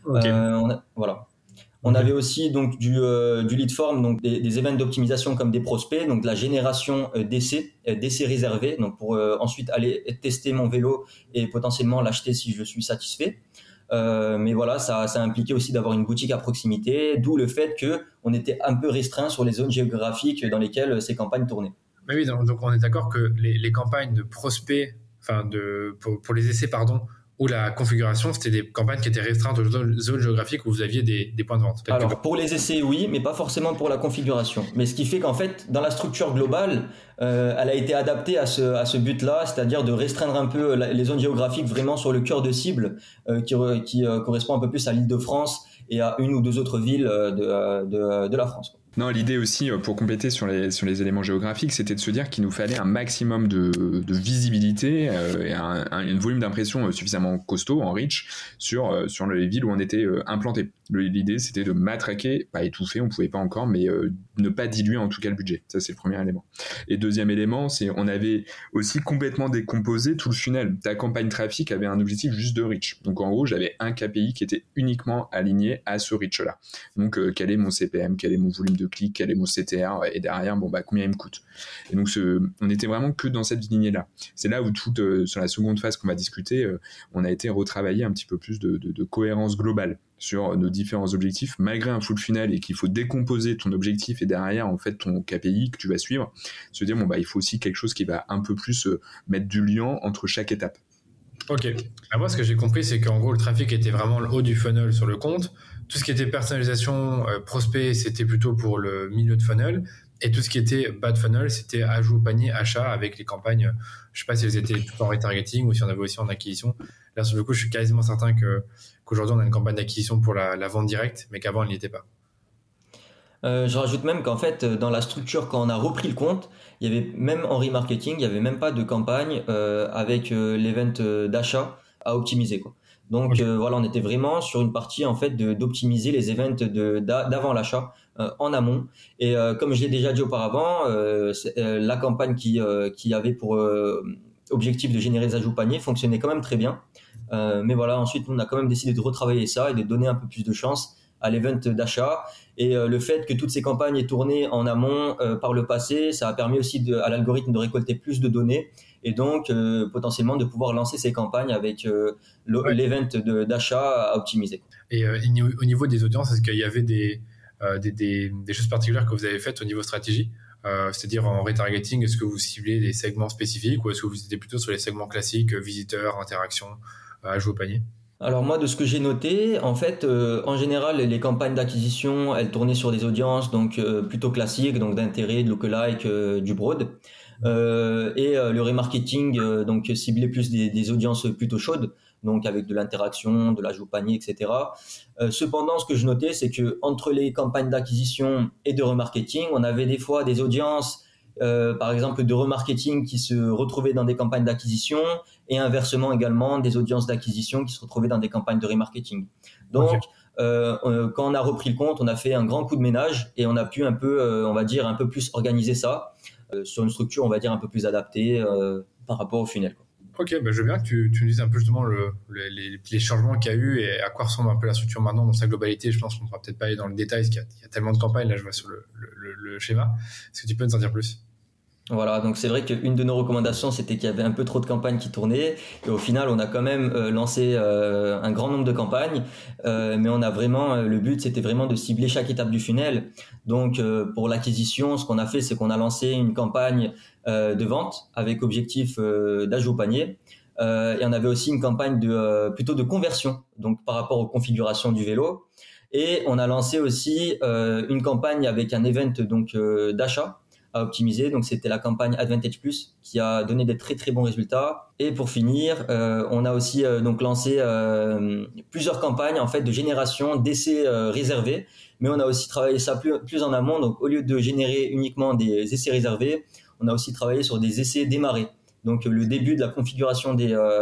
C: Voilà. On avait aussi donc du lead form, donc des événements d'optimisation comme des prospects, donc de la génération d'essais réservés, donc pour ensuite aller tester mon vélo et potentiellement l'acheter si je suis satisfait. Mais voilà, ça impliquait aussi d'avoir une boutique à proximité, d'où le fait que on était un peu restreint sur les zones géographiques dans lesquelles ces campagnes tournaient.
B: Mais oui, donc on est d'accord que les campagnes de prospects, pour les essais, ou la configuration, c'était des campagnes qui étaient restreintes aux zones géographiques où vous aviez des points de vente.
C: Alors, pour les essais, oui, mais pas forcément pour la configuration. Mais ce qui fait qu'en fait, dans la structure globale, elle a été adaptée à ce but-là, c'est-à-dire de restreindre un peu les zones géographiques vraiment sur le cœur de cible qui correspond un peu plus à l'Île-de-France et à une ou deux autres villes de la France.
D: Non, l'idée aussi, pour compléter sur les éléments géographiques, c'était de se dire qu'il nous fallait un maximum de visibilité et un volume d'impression suffisamment costaud, en reach, sur les villes où on était implanté. L'idée, c'était de matraquer, pas étouffer, on pouvait pas encore, mais ne pas diluer en tout cas le budget. Ça, c'est le premier élément. Et deuxième élément, c'est on avait aussi complètement décomposé tout le funnel. Ta campagne trafic avait un objectif juste de reach. Donc en gros, j'avais un KPI qui était uniquement aligné à ce reach-là. Donc quel est mon CPM, quel est mon volume de clics, quel est mon CTR, et derrière, combien il me coûte. Et donc on était vraiment que dans cette lignée-là. C'est là où sur la seconde phase qu'on va discuter, on a été retravailler un petit peu plus de cohérence globale sur nos différents objectifs, malgré un full funnel et qu'il faut décomposer ton objectif et derrière en fait ton KPI que tu vas suivre, se dire il faut aussi quelque chose qui va un peu plus mettre du lien entre chaque étape.
B: Ok. Moi, ce que j'ai compris, c'est qu'en gros, le trafic était vraiment le haut du funnel sur le compte. Tout ce qui était personnalisation, prospect, c'était plutôt pour le milieu de funnel. Et tout ce qui était bas de funnel, c'était ajout au panier, achat avec les campagnes. Je sais pas si elles étaient tout en retargeting ou si on avait aussi en acquisition. Là, sur le coup, je suis quasiment certain qu'aujourd'hui, on a une campagne d'acquisition pour la vente directe, mais qu'avant, elle n'y était pas.
C: Je rajoute même qu'en fait, dans la structure, quand on a repris le compte, il y avait même en remarketing, il y avait même pas de campagne avec l'event d'achat à optimiser, quoi. Donc voilà, on était vraiment sur une partie en fait d'optimiser les events d'avant l'achat en amont. Et comme je l'ai déjà dit auparavant, la campagne qui avait pour objectif de générer des ajouts panier fonctionnait quand même très bien. Mais voilà, ensuite on a quand même décidé de retravailler ça et de donner un peu plus de chance à l'event d'achat. Et le fait que toutes ces campagnes aient tourné en amont par le passé, ça a permis aussi à l'algorithme de récolter plus de données et donc potentiellement de pouvoir lancer ces campagnes avec l'event d'achat à optimiser.
B: Et au niveau des audiences, est-ce qu'il y avait des choses particulières que vous avez faites au niveau stratégie, c'est-à-dire en retargeting, est-ce que vous ciblez des segments spécifiques ou est-ce que vous étiez plutôt sur les segments classiques, visiteurs, interactions, ajout au panier?
C: Alors moi, de ce que j'ai noté, en fait, en général, les campagnes d'acquisition, elles tournaient sur des audiences donc plutôt classiques, donc d'intérêt, de lookalike, du broad. Et le remarketing donc ciblait plus des audiences plutôt chaudes, donc avec de l'interaction, de l'ajout panier, etc. Cependant, ce que je notais, c'est que entre les campagnes d'acquisition et de remarketing, on avait des fois des audiences par exemple de remarketing qui se retrouvaient dans des campagnes d'acquisition et inversement également des audiences d'acquisition qui se retrouvaient dans des campagnes de remarketing. Donc, quand on a repris le compte, on a fait un grand coup de ménage et on a pu un peu, on va dire, un peu plus organiser ça sur une structure, on va dire, un peu plus adaptée par rapport au funnel, quoi.
B: Ok, je veux bien que tu nous dises un peu justement les changements qu'il y a eu et à quoi ressemble un peu la structure maintenant dans sa globalité. Je pense qu'on ne pourra peut-être pas aller dans le détail parce qu'il y a tellement de campagnes, là je vois sur le schéma. Est-ce que tu peux nous en dire plus ?
C: Voilà, donc c'est vrai qu'une de nos recommandations, c'était qu'il y avait un peu trop de campagnes qui tournaient. Et au final, on a quand même lancé un grand nombre de campagnes. Mais on a vraiment, le but, c'était vraiment de cibler chaque étape du funnel. Donc, pour l'acquisition, ce qu'on a fait, c'est qu'on a lancé une campagne de vente avec objectif d'ajout au panier. Et on avait aussi une campagne plutôt de conversion, donc par rapport aux configurations du vélo. Et on a lancé aussi une campagne avec un event donc d'achat à optimiser. Donc c'était la campagne Advantage Plus qui a donné des très très bons résultats. Et pour finir, on a aussi donc lancé plusieurs campagnes en fait de génération d'essais réservés, mais on a aussi travaillé ça plus en amont. Donc au lieu de générer uniquement des essais réservés, on a aussi travaillé sur des essais démarrés. Donc le début de la configuration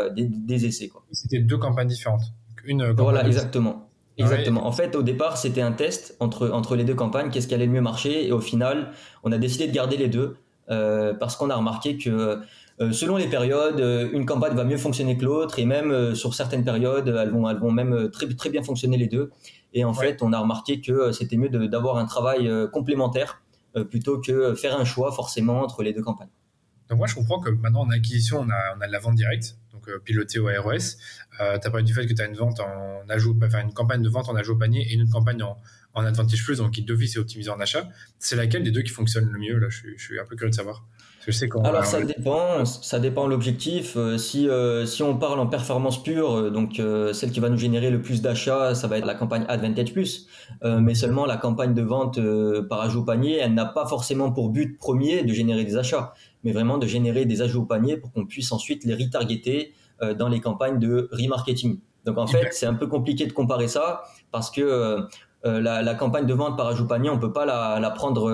C: des essais, quoi.
B: C'était 2 campagnes différentes. Une campagne
C: voilà, exactement. Exactement.
B: Ouais.
C: En fait, au départ, c'était un test entre les 2 campagnes, qu'est-ce qui allait le mieux marcher. Et au final, on a décidé de garder les 2 parce qu'on a remarqué que selon les périodes, une campagne va mieux fonctionner que l'autre. Et même sur certaines périodes, elles vont même très, très bien fonctionner les 2. Et en fait, on a remarqué que c'était mieux d'avoir un travail complémentaire plutôt que faire un choix forcément entre les 2 campagnes.
B: Donc moi, je comprends que maintenant, en acquisition, on a de la vente directe, donc pilotée au ROS. Tu as parlé du fait que tu as une campagne de vente en ajout au panier et une autre campagne en Advantage Plus, donc qui d'office est optimisée en achat. C'est laquelle des 2 qui fonctionne le mieux ? Là, je suis un peu curieux de savoir. Parce que je sais
C: Alors ça dépend l'objectif. Si on parle en performance pure, donc celle qui va nous générer le plus d'achats, ça va être la campagne Advantage Plus. Mais seulement la campagne de vente par ajout au panier, elle n'a pas forcément pour but premier de générer des achats, mais vraiment de générer des ajouts au panier pour qu'on puisse ensuite les retargeter dans les campagnes de remarketing. Donc en fait, c'est un peu compliqué de comparer ça parce que la campagne de vente par ajout panier, on peut pas la prendre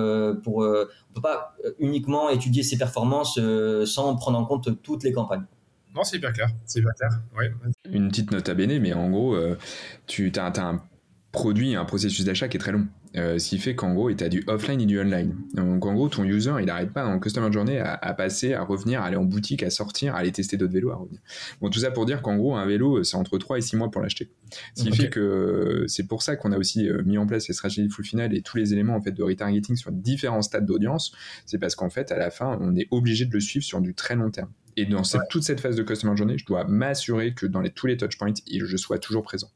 C: on peut pas uniquement étudier ses performances sans prendre en compte toutes les campagnes.
B: Non, c'est hyper clair. Ouais.
D: Une petite nota bene, mais en gros, tu as un produit, un processus d'achat qui est très long. Ce qui fait qu'en gros, tu as du offline et du online. Donc en gros, ton user, il n'arrête pas dans le customer journey à passer, à revenir, à aller en boutique, à sortir, à aller tester d'autres vélos, à revenir. Bon, tout ça pour dire qu'en gros, un vélo, c'est entre 3 et 6 mois pour l'acheter. Ce qui fait que c'est pour ça qu'on a aussi mis en place les stratégies de full funnel et tous les éléments en fait, de retargeting sur différents stades d'audience. C'est parce qu'en fait, à la fin, on est obligé de le suivre sur du très long terme. Et dans toute cette phase de customer journey, je dois m'assurer que dans tous les touchpoints, je sois toujours présent.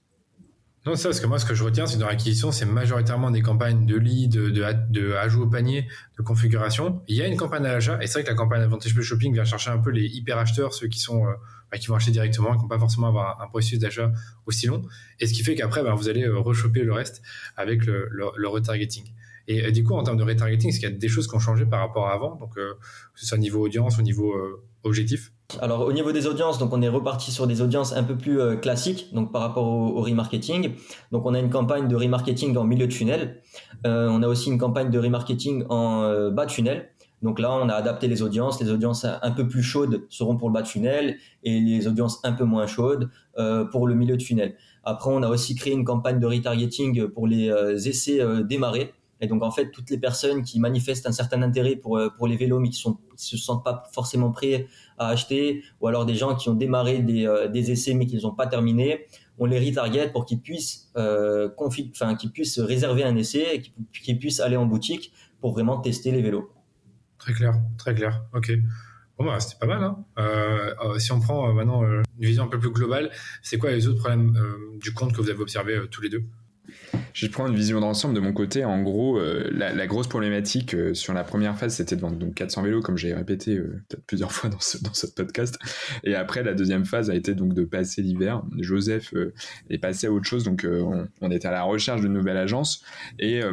B: Non, c'est ça, parce que moi, ce que je retiens, c'est dans l'acquisition, c'est majoritairement des campagnes de lead, de ajout au panier, de configuration. Il y a une campagne à l'achat, et c'est vrai que la campagne Advantage Plus Shopping vient chercher un peu les hyper acheteurs, ceux qui sont, qui vont acheter directement, qui ne vont pas forcément avoir un processus d'achat aussi long. Et ce qui fait qu'après, vous allez reshopper le reste avec le retargeting. Et du coup, en termes de retargeting, est-ce qu'il y a des choses qui ont changé par rapport à avant, donc que ce soit au niveau audience, au niveau objectif?
C: Alors au niveau des audiences, donc on est reparti sur des audiences un peu plus classiques, donc par rapport au remarketing. Donc on a une campagne de remarketing en milieu de funnel. On a aussi une campagne de remarketing en bas de funnel. Donc là, on a adapté les audiences. Les audiences un peu plus chaudes seront pour le bas de funnel et les audiences un peu moins chaudes pour le milieu de funnel. Après, on a aussi créé une campagne de retargeting pour les essais démarrés. Et donc, en fait, toutes les personnes qui manifestent un certain intérêt pour les vélos, mais qui se sentent pas forcément prêts à acheter, ou alors des gens qui ont démarré des essais, mais qui ne les ont pas terminés, on les retarget pour qu'ils puissent, qu'ils puissent réserver un essai et qu'ils puissent aller en boutique pour vraiment tester les vélos.
B: Très clair. Ok. Bon, c'était pas mal. Hein. Si on prend maintenant une vision un peu plus globale, c'est quoi les autres problèmes du compte que vous avez observés tous les deux?
D: Je prends une vision d'ensemble de mon côté. En gros, la grosse problématique sur la première phase, c'était de vendre donc 400 vélos, comme j'ai répété peut-être plusieurs fois dans ce podcast. Et après, la deuxième phase a été donc de passer l'hiver. Joseph est passé à autre chose, donc on était à la recherche d'une nouvelle agence. Et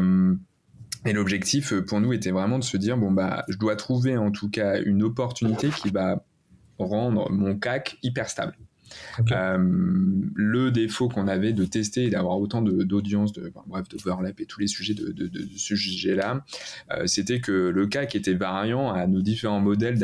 D: l'objectif pour nous était vraiment de se dire, je dois trouver en tout cas une opportunité qui va rendre mon CAC hyper stable.
B: Okay.
D: Le défaut qu'on avait de tester et d'avoir autant d'audience, d'overlap et tous les sujets de ce sujet-là, c'était que le CAC était variant à nos différents modèles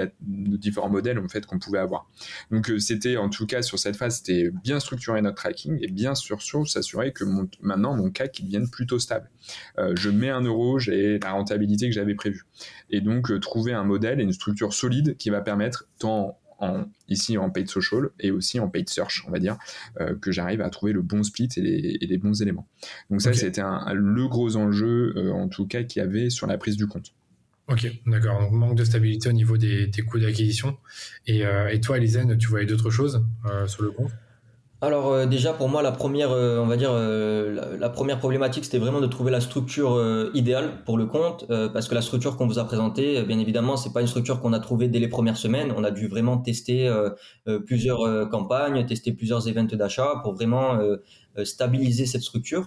D: en fait qu'on pouvait avoir. Donc c'était en tout cas sur cette phase, c'était bien structurer notre tracking et bien sûr s'assurer que maintenant mon CAC devienne plutôt stable. Je mets 1 euro, j'ai la rentabilité que j'avais prévue. Et donc trouver un modèle et une structure solide qui va permettre tant ici en paid social et aussi en paid search, on va dire, que j'arrive à trouver le bon split et les bons éléments. Donc ça, c'était le gros enjeu, en tout cas, qu'il y avait sur la prise du compte.
B: Ok, d'accord. Donc manque de stabilité au niveau des coûts d'acquisition. Et toi, Elizen, tu voyais d'autres choses sur le compte?
C: Alors déjà pour moi la première on va dire la première problématique c'était vraiment de trouver la structure idéale pour le compte parce que la structure qu'on vous a présentée bien évidemment c'est pas une structure qu'on a trouvée dès les premières semaines, on a dû vraiment tester plusieurs campagnes, tester plusieurs events d'achat pour vraiment stabiliser cette structure.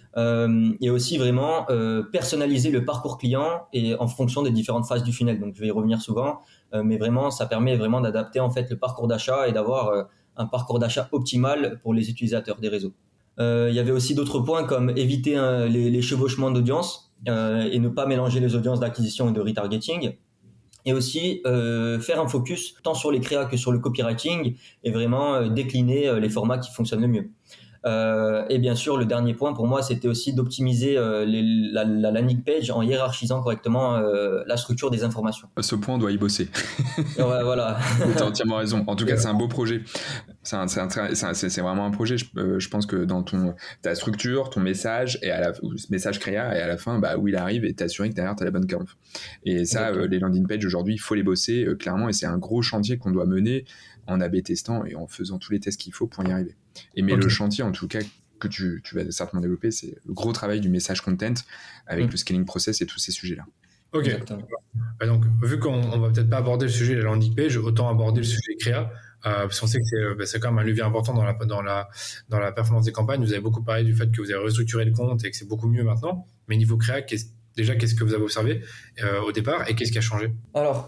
C: Et aussi vraiment personnaliser le parcours client et en fonction des différentes phases du funnel. Donc je vais y revenir souvent, mais vraiment ça permet vraiment d'adapter en fait le parcours d'achat et d'avoir un parcours d'achat optimal pour les utilisateurs des réseaux. Il y avait aussi d'autres points comme éviter les chevauchements d'audience et ne pas mélanger les audiences d'acquisition et de retargeting. Et aussi faire un focus tant sur les créas que sur le copywriting et vraiment décliner les formats qui fonctionnent le mieux. Et bien sûr, le dernier point pour moi, c'était aussi d'optimiser la landing page en hiérarchisant correctement la structure des informations.
D: Ce point, on doit y bosser.
C: Ouais, voilà.
D: Tu as entièrement raison. En tout cas, c'est un beau projet. C'est vraiment un projet. Je pense que dans ta structure, ton message, et message créa, et à la fin, où il arrive, et t'assurer que derrière, tu as la bonne curve. Et ça, les landing pages, aujourd'hui, il faut les bosser clairement, et c'est un gros chantier qu'on doit mener en A/B testant et en faisant tous les tests qu'il faut pour y arriver. Mais le chantier, en tout cas, que tu vas certainement développer, c'est le gros travail du message content avec le scaling process et tous ces sujets-là.
B: Ok. Donc, vu qu'on va peut-être pas aborder le sujet de la landing page, autant aborder le sujet créa, parce qu'on sait que c'est quand même un levier important dans la performance des campagnes. Vous avez beaucoup parlé du fait que vous avez restructuré le compte et que c'est beaucoup mieux maintenant. Mais niveau créa, qu'est-ce que vous avez observé au départ et qu'est-ce qui a changé?
C: Alors,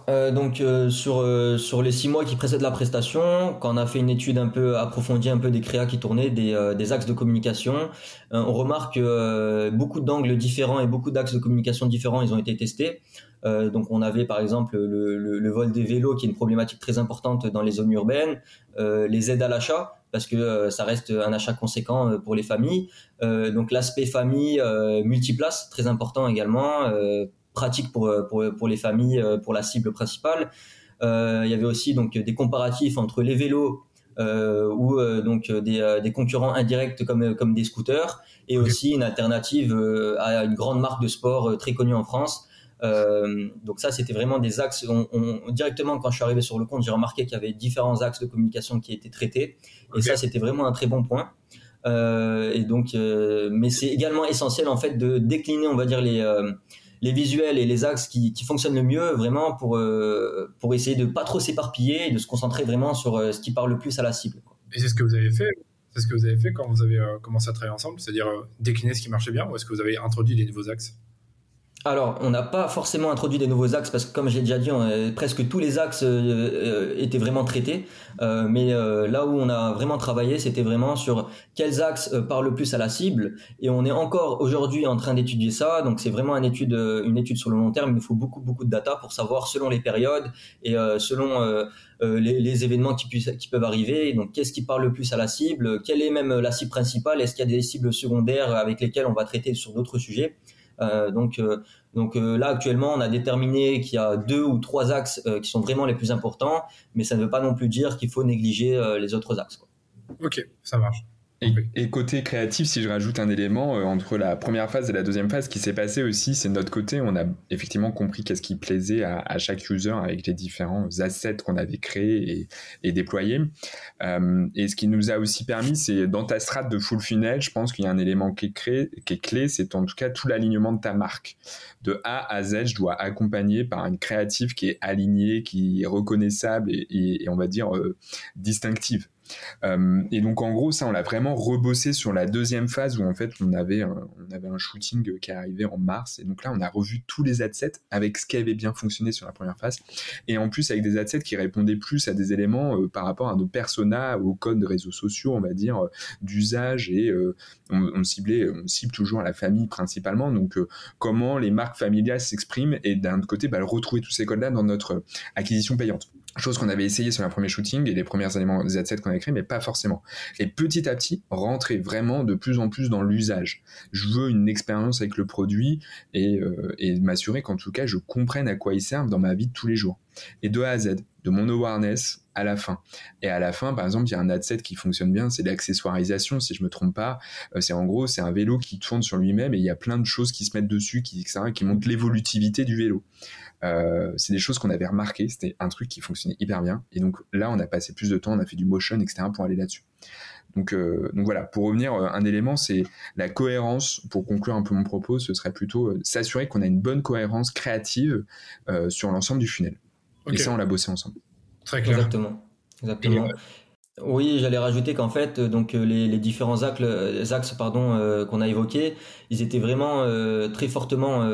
C: sur les 6 mois qui précèdent la prestation, quand on a fait une étude un peu approfondie, un peu des créas qui tournaient, des axes de communication, on remarque que beaucoup d'angles différents et beaucoup d'axes de communication différents, ils ont été testés. Donc, on avait par exemple le vol des vélos, qui est une problématique très importante dans les zones urbaines, les aides à l'achat, parce que ça reste un achat conséquent pour les familles. Donc l'aspect famille multiplace, très important également, pratique pour les familles, pour la cible principale. Il y avait aussi donc des comparatifs entre les vélos ou donc des concurrents indirects comme des scooters, et aussi une alternative à une grande marque de sport très connue en France. Donc ça, c'était vraiment des axes. Directement, quand je suis arrivé sur le compte, j'ai remarqué qu'il y avait différents axes de communication qui étaient traités, et ça, c'était vraiment un très bon point. Et donc, mais c'est également essentiel en fait de décliner, on va dire les visuels et les axes qui fonctionnent le mieux, vraiment pour essayer de pas trop s'éparpiller et de se concentrer vraiment sur ce qui parle le plus à la cible, quoi.
B: Et c'est ce que vous avez fait. C'est ce que vous avez fait quand vous avez commencé à travailler ensemble, c'est-à-dire décliner ce qui marchait bien, ou est-ce que vous avez introduit des nouveaux axes?
C: Alors, on n'a pas forcément introduit des nouveaux axes parce que, comme j'ai déjà dit, presque tous les axes étaient vraiment traités. Mais là où on a vraiment travaillé, c'était vraiment sur quels axes parlent le plus à la cible. Et on est encore aujourd'hui en train d'étudier ça. Donc, c'est vraiment une étude sur le long terme. Il nous faut beaucoup, beaucoup de data pour savoir selon les périodes et selon les événements qui peuvent arriver. Donc, qu'est-ce qui parle le plus à la cible? Quelle est même la cible principale? Est-ce qu'il y a des cibles secondaires avec lesquelles on va traiter sur d'autres sujets? Donc là actuellement on a déterminé qu'il y a 2 ou 3 axes qui sont vraiment les plus importants, mais ça ne veut pas non plus dire qu'il faut négliger les autres axes, quoi.
B: Ok, ça marche.
D: Et côté créatif, si je rajoute un élément entre la première phase et la deuxième phase, ce qui s'est passé aussi, c'est de notre côté, on a effectivement compris qu'est-ce qui plaisait à chaque user avec les différents assets qu'on avait créés et déployés. Et ce qui nous a aussi permis, c'est dans ta strate de full funnel, je pense qu'il y a un élément qui est clé, c'est en tout cas tout l'alignement de ta marque. De A à Z, je dois accompagner par une créative qui est alignée, qui est reconnaissable et on va dire distinctive. Et donc en gros ça on l'a vraiment rebossé sur la deuxième phase où en fait on avait un shooting qui arrivait en mars, et donc là on a revu tous les adsets avec ce qui avait bien fonctionné sur la première phase, et en plus avec des adsets qui répondaient plus à des éléments par rapport à nos personas, aux codes de réseaux sociaux on va dire, d'usage, et on cible toujours la famille principalement, donc comment les marques familiales s'expriment, et d'un autre côté retrouver tous ces codes là dans notre acquisition payante. Chose qu'on avait essayé sur le premier shooting et les premiers éléments des adsets qu'on avait créés, mais pas forcément. Et petit à petit, rentrer vraiment de plus en plus dans l'usage. Je veux une expérience avec le produit et m'assurer qu'en tout cas, je comprenne à quoi il sert dans ma vie de tous les jours. Et de A à Z, de mon awareness à la fin. Et à la fin, par exemple, il y a un adset qui fonctionne bien, c'est l'accessoirisation, si je me trompe pas. C'est un vélo qui tourne sur lui-même et il y a plein de choses qui se mettent dessus, etc., qui montrent l'évolutivité du vélo. C'est des choses qu'on avait remarquées, c'était un truc qui fonctionnait hyper bien, et donc là on a passé plus de temps, on a fait du motion, etc. pour aller là-dessus. Donc voilà, pour revenir, un élément c'est la cohérence. Pour conclure un peu mon propos, ce serait plutôt s'assurer qu'on a une bonne cohérence créative sur l'ensemble du funnel. Okay. Et ça on l'a bossé ensemble.
B: Très clair.
C: Exactement. Oui, j'allais rajouter qu'en fait, donc les différents axes qu'on a évoqués, ils étaient vraiment très fortement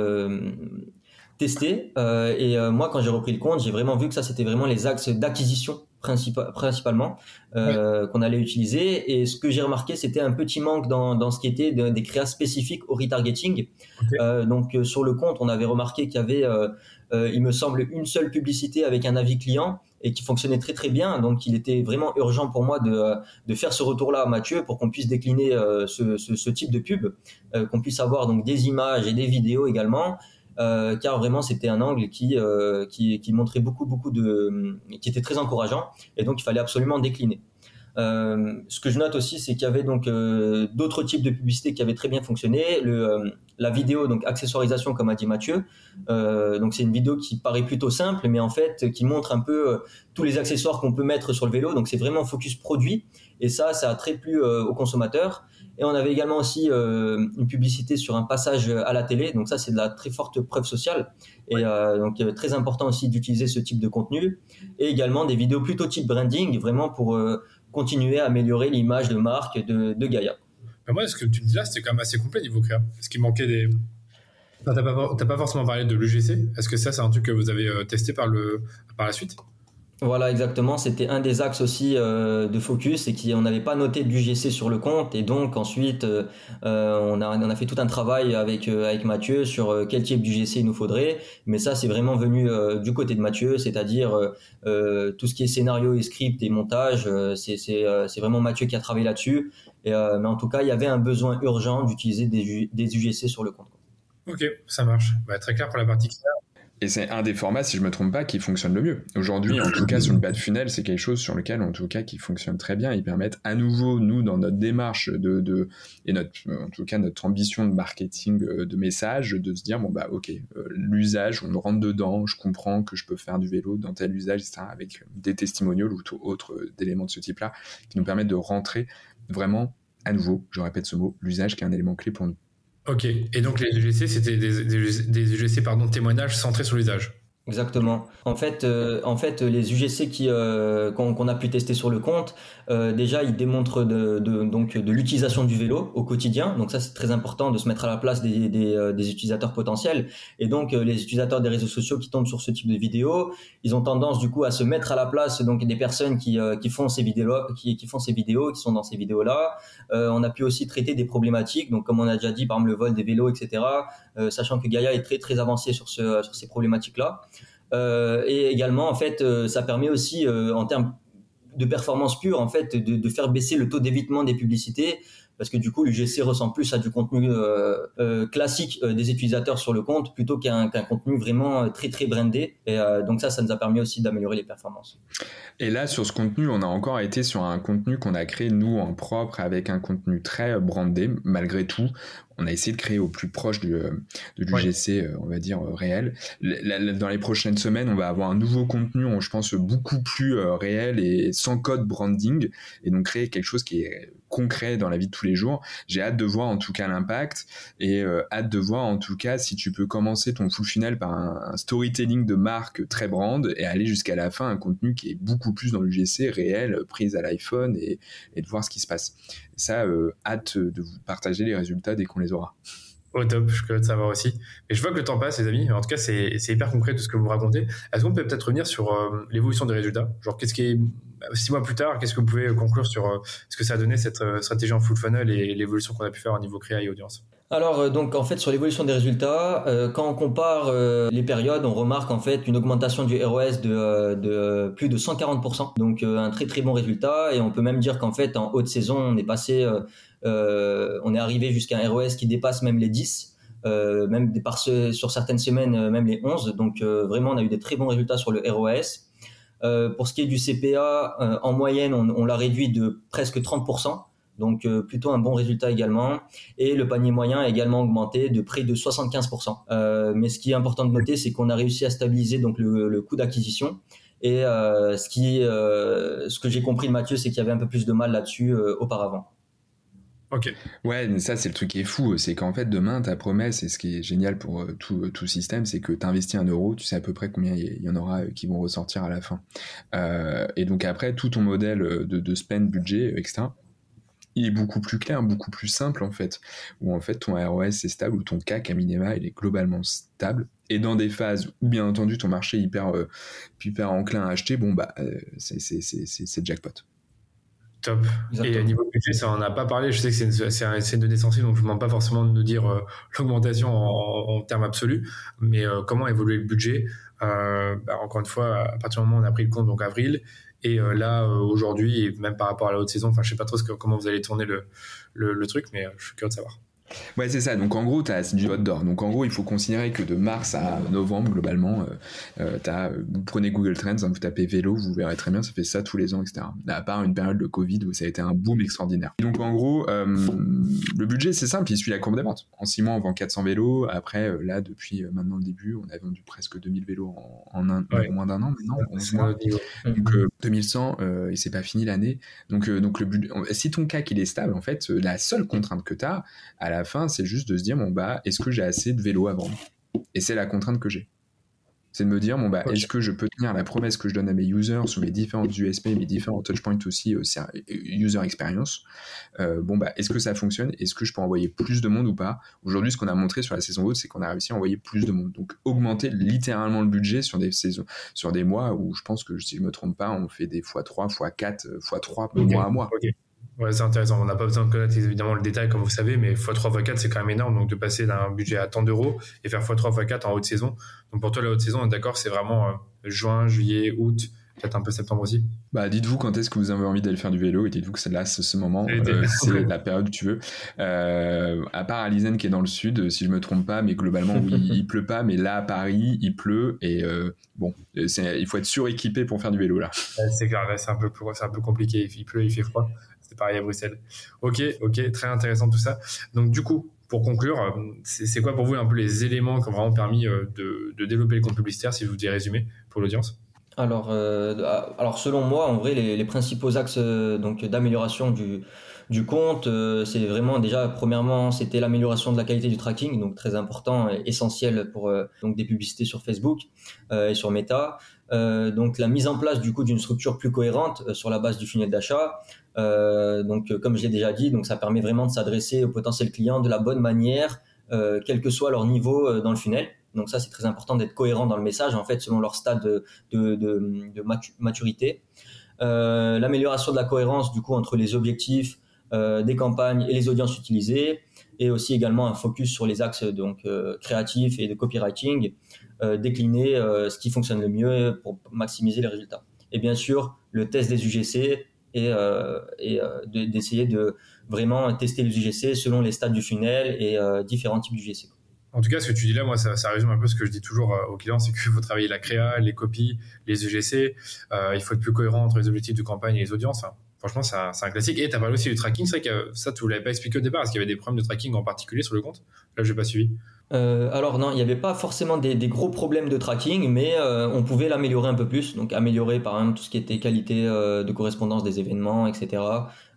C: testés. Moi, quand j'ai repris le compte, j'ai vraiment vu que ça, c'était vraiment les axes d'acquisition principalement qu'on allait utiliser. Et ce que j'ai remarqué, c'était un petit manque dans ce qui était des créas spécifiques au retargeting. Okay. Donc sur le compte, on avait remarqué qu'il y avait, il me semble, une seule publicité avec un avis client et qui fonctionnait très très bien. Donc il était vraiment urgent pour moi de faire ce retour-là à Mathieu pour qu'on puisse décliner ce type de pub, qu'on puisse avoir donc des images et des vidéos également. Car vraiment c'était un angle qui montrait beaucoup qui était très encourageant, et donc il fallait absolument décliner. Ce que je note aussi, c'est qu'il y avait donc d'autres types de publicités qui avaient très bien fonctionné. La vidéo, donc accessoirisation, comme a dit Mathieu, donc c'est une vidéo qui paraît plutôt simple, mais en fait qui montre un peu tous les accessoires qu'on peut mettre sur le vélo. Donc c'est vraiment focus produit, et ça a très plu aux consommateurs. Et on avait également aussi une publicité sur un passage à la télé. Donc ça, c'est de la très forte preuve sociale. Et donc très important aussi d'utiliser ce type de contenu. Et également des vidéos plutôt type branding, vraiment pour continuer à améliorer l'image de marque de Gaïa.
B: Mais moi, ce que tu me dis là, c'était quand même assez complet niveau créa. Est-ce qu'il manquait des... Enfin, t'as pas forcément parlé de l'UGC. Est-ce que ça, c'est un truc que vous avez testé par la suite ?
C: Voilà, exactement. C'était un des axes aussi de focus, et on n'avait pas noté d'UGC sur le compte. Et donc ensuite, on a fait tout un travail avec Mathieu sur quel type d'UGC il nous faudrait. Mais ça, c'est vraiment venu du côté de Mathieu, c'est-à-dire tout ce qui est scénario et script et montage. C'est vraiment Mathieu qui a travaillé là-dessus. Mais en tout cas, il y avait un besoin urgent d'utiliser des UGC sur le compte.
B: Ok, ça marche. Très clair pour la partie claire.
D: Et c'est un des formats, si je me trompe pas, qui fonctionne le mieux. Aujourd'hui, en tout cas, sur le bas de funnel, c'est quelque chose sur lequel, en tout cas, qui fonctionne très bien. Ils permettent à nouveau, nous, dans notre démarche et en tout cas, notre ambition de marketing de message, de se dire, ok, l'usage, on rentre dedans, je comprends que je peux faire du vélo dans tel usage, etc., avec des testimonials ou autres éléments de ce type-là, qui nous permettent de rentrer vraiment, à nouveau, je répète ce mot, l'usage qui est un élément clé pour nous.
B: Ok, et donc les UGC, c'était des UGC témoignages centrés sur l'usage.
C: Exactement. En fait, les UGC qu'on a pu tester sur le compte, déjà, ils démontrent de l'utilisation du vélo au quotidien. Donc ça, c'est très important de se mettre à la place des utilisateurs potentiels. Et donc, les utilisateurs des réseaux sociaux qui tombent sur ce type de vidéos, ils ont tendance du coup à se mettre à la place donc des personnes qui font ces vidéos, qui sont dans ces vidéos-là. On a pu aussi traiter des problématiques. Donc, comme on a déjà dit, par exemple le vol des vélos, etc. Sachant que Gaïa est très très avancé sur ces problématiques-là. Et également, en fait, ça permet aussi, en termes de performance pure, en fait, de faire baisser le taux d'évitement des publicités, parce que du coup, l'UGC ressemble plus à du contenu classique des utilisateurs sur le compte, plutôt qu'un contenu vraiment très très brandé. Et donc ça nous a permis aussi d'améliorer les performances.
D: Et là, sur ce contenu, on a encore été sur un contenu qu'on a créé nous en propre, avec un contenu très brandé. Malgré tout, on a essayé de créer au plus proche de l'UGC, on va dire, réel. Dans les prochaines semaines, on va avoir un nouveau contenu, je pense, beaucoup plus réel et sans code branding, et donc créer quelque chose qui est concret dans la vie de tous les les jours. J'ai hâte de voir en tout cas l'impact et hâte de voir en tout cas si tu peux commencer ton full funnel par un storytelling de marque très brand et aller jusqu'à la fin un contenu qui est beaucoup plus dans l'UGC réel, prise à l'iPhone et de voir ce qui se passe. Ça, hâte de vous partager les résultats dès qu'on les aura.
B: Au top, je suis curieux de savoir aussi. Mais je vois que le temps passe, les amis. En tout cas, c'est hyper concret tout ce que vous racontez. Est-ce qu'on peut peut-être revenir sur l'évolution des résultats? Genre, qu'est-ce qui est 6 mois plus tard, qu'est-ce que vous pouvez conclure sur ce que ça a donné cette stratégie en full funnel et l'évolution qu'on a pu faire au niveau créa et audience?
C: Alors donc en fait sur l'évolution des résultats, quand on compare les périodes, on remarque en fait une augmentation du ROS de plus de 140%. Donc un très très bon résultat et on peut même dire qu'en fait en haute saison on est passé, on est arrivé jusqu'à un ROS qui dépasse même les 10. Même sur certaines semaines même les 11. Donc vraiment on a eu des très bons résultats sur le ROS. Pour ce qui est du CPA, en moyenne on l'a réduit de presque 30%. Donc plutôt un bon résultat également. Et le panier moyen a également augmenté de près de 75%. Mais ce qui est important de noter, c'est qu'on a réussi à stabiliser donc le coût d'acquisition. Et ce que j'ai compris de Mathieu, c'est qu'il y avait un peu plus de mal là-dessus auparavant.
B: Ok.
D: Ouais, mais ça c'est le truc qui est fou, c'est qu'en fait demain ta promesse, et ce qui est génial pour tout système, c'est que tu investis 1 euro, tu sais à peu près combien il y en aura qui vont ressortir à la fin. Et donc après tout ton modèle de spend, budget, etc., il est beaucoup plus clair, beaucoup plus simple en fait, où en fait ton ROS est stable, ou ton CAC à minima il est globalement stable, et dans des phases où bien entendu ton marché est hyper enclin à acheter, bon bah c'est jackpot.
B: Top.
C: Exactement.
B: Et niveau budget, ça on n'a pas parlé. Je sais que c'est une donnée sensible, donc je ne demande pas forcément de nous dire l'augmentation en termes absolus, mais comment évoluer le budget. Encore une fois, à partir du moment où on a pris le compte, donc avril, et là aujourd'hui, et même par rapport à la haute saison, enfin je sais pas trop comment vous allez tourner le truc, mais je suis curieux de savoir.
D: Ouais, c'est ça. Donc en gros, c'est du hot door. Donc en gros, il faut considérer que de mars à novembre, globalement, vous prenez Google Trends, vous tapez vélo, vous verrez très bien, ça fait ça tous les ans, etc. À part une période de Covid où ça a été un boom extraordinaire. Donc en gros, le budget, c'est simple, il suit la courbe des ventes. En 6 mois, on vend 400 vélos. Après, là, depuis maintenant le début, on a vendu presque 2000 vélos en moins d'un an maintenant, 11 mois. Donc 2100, et c'est pas fini l'année. Donc le budget, si ton CAC il est stable, en fait, la seule contrainte que tu as à la fin, c'est juste de se dire est-ce que j'ai assez de vélos à vendre? Et c'est la contrainte que j'ai. C'est de me dire est-ce que je peux tenir la promesse que je donne à mes users sur mes différentes USP, mes différents touchpoints aussi, user experience. Est-ce que ça fonctionne? Est-ce que je peux envoyer plus de monde ou pas? Aujourd'hui, ce qu'on a montré sur la saison haute, c'est qu'on a réussi à envoyer plus de monde. Donc augmenter littéralement le budget sur des saisons, sur des mois où je pense que si je me trompe pas, on fait des x3, x4, x3 mois à mois.
B: Okay. Ouais, c'est intéressant. On n'a pas besoin de connaître évidemment le détail, comme vous savez, mais x3, x4, c'est quand même énorme. Donc, de passer d'un budget à tant d'euros et faire x3, x4 en haute saison. Donc, pour toi, la haute saison, on est d'accord, c'est vraiment juin, juillet, août, peut-être un peu septembre aussi.
D: Dites-vous quand est-ce que vous avez envie d'aller faire du vélo et dites-vous que c'est là, c'est ce moment, c'est la période où tu veux. À part Alizane qui est dans le sud, si je me trompe pas, mais globalement, oui, il pleut pas, mais là, à Paris, il pleut et il faut être suréquipé pour faire du vélo là.
B: C'est clair, là, c'est un peu compliqué. Il pleut, il fait froid. C'est pareil à Bruxelles. Ok, très intéressant tout ça. Donc du coup, pour conclure, c'est quoi pour vous un peu les éléments qui ont vraiment permis de développer les comptes publicitaires, si je vous dis résumer pour l'audience?
C: Alors selon moi, en vrai, les principaux axes d'amélioration du compte, c'est vraiment déjà, premièrement, c'était l'amélioration de la qualité du tracking, donc très important et essentiel pour donc des publicités sur Facebook et sur Meta. Donc la mise en place du coup d'une structure plus cohérente sur la base du funnel d'achat. Donc comme je l'ai déjà dit, donc ça permet vraiment de s'adresser aux potentiels clients de la bonne manière, quel que soit leur niveau dans le funnel. Donc ça, c'est très important d'être cohérent dans le message, en fait, selon leur stade de maturité. L'amélioration de la cohérence, du coup, entre les objectifs des campagnes et les audiences utilisées, et aussi également un focus sur les axes créatifs et de copywriting, décliner ce qui fonctionne le mieux pour maximiser les résultats. Et bien sûr, le test des UGC et d'essayer de vraiment tester les UGC selon les stades du funnel et différents types d'UGC.
B: En tout cas, ce que tu dis là, moi, ça résume un peu ce que je dis toujours aux clients, c'est qu'il faut travailler la créa, les copies, les UGC. Il faut être plus cohérent entre les objectifs de campagne et les audiences. Enfin, franchement, c'est un classique. Et tu as parlé aussi du tracking. C'est vrai que ça, tu ne l'avais pas expliqué au départ. Est-ce qu'il y avait des problèmes de tracking en particulier sur le compte? Là, je n'ai pas suivi.
C: Alors non, il n'y avait pas forcément des gros problèmes de tracking, mais on pouvait l'améliorer un peu plus. Donc améliorer par exemple tout ce qui était qualité de correspondance des événements, etc.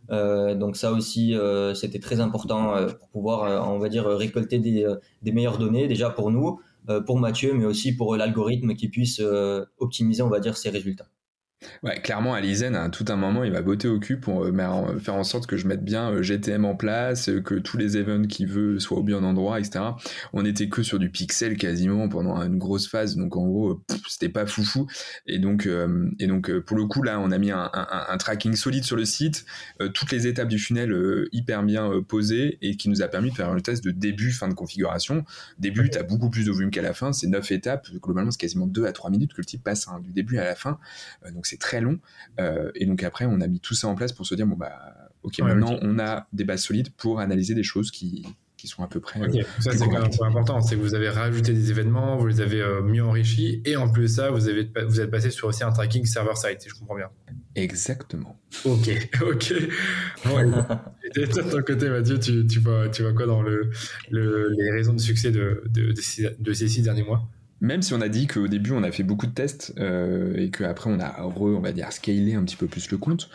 C: Donc ça aussi, c'était très important pour pouvoir, on va dire, récolter des meilleures données déjà pour nous, pour Mathieu, mais aussi pour l'algorithme qui puisse optimiser, on va dire, ses résultats.
D: Ouais, clairement, Alizen, à tout un moment, il m'a botté au cul pour faire en sorte que je mette bien GTM en place, que tous les events qu'il veut soient au bien endroit, etc. On était que sur du pixel quasiment pendant une grosse phase, donc en gros, c'était pas foufou. Et donc, pour le coup, là, on a mis un tracking solide sur le site, toutes les étapes du funnel hyper bien posées, et qui nous a permis de faire le test de début, fin de configuration. Début, t'as beaucoup plus de volume qu'à la fin, c'est 9 étapes, globalement, c'est quasiment 2 à 3 minutes que le type passe du début à la fin. Donc c'est très long, et donc après on a mis tout ça en place pour se dire maintenant on a des bases solides pour analyser des choses qui sont à peu près
B: ça c'est quand même un point important, c'est que vous avez rajouté des événements, vous les avez mieux enrichis, et en plus de ça vous êtes passé sur aussi un tracking server-side, si je comprends bien.
D: Exactement.
B: Ok. Bon, et toi de ton côté, Mathieu, tu vois quoi dans les raisons de succès de ces 6 derniers mois?
D: Même si on a dit qu'au début on a fait beaucoup de tests et qu'après on a on va dire scalé un petit peu plus le compte,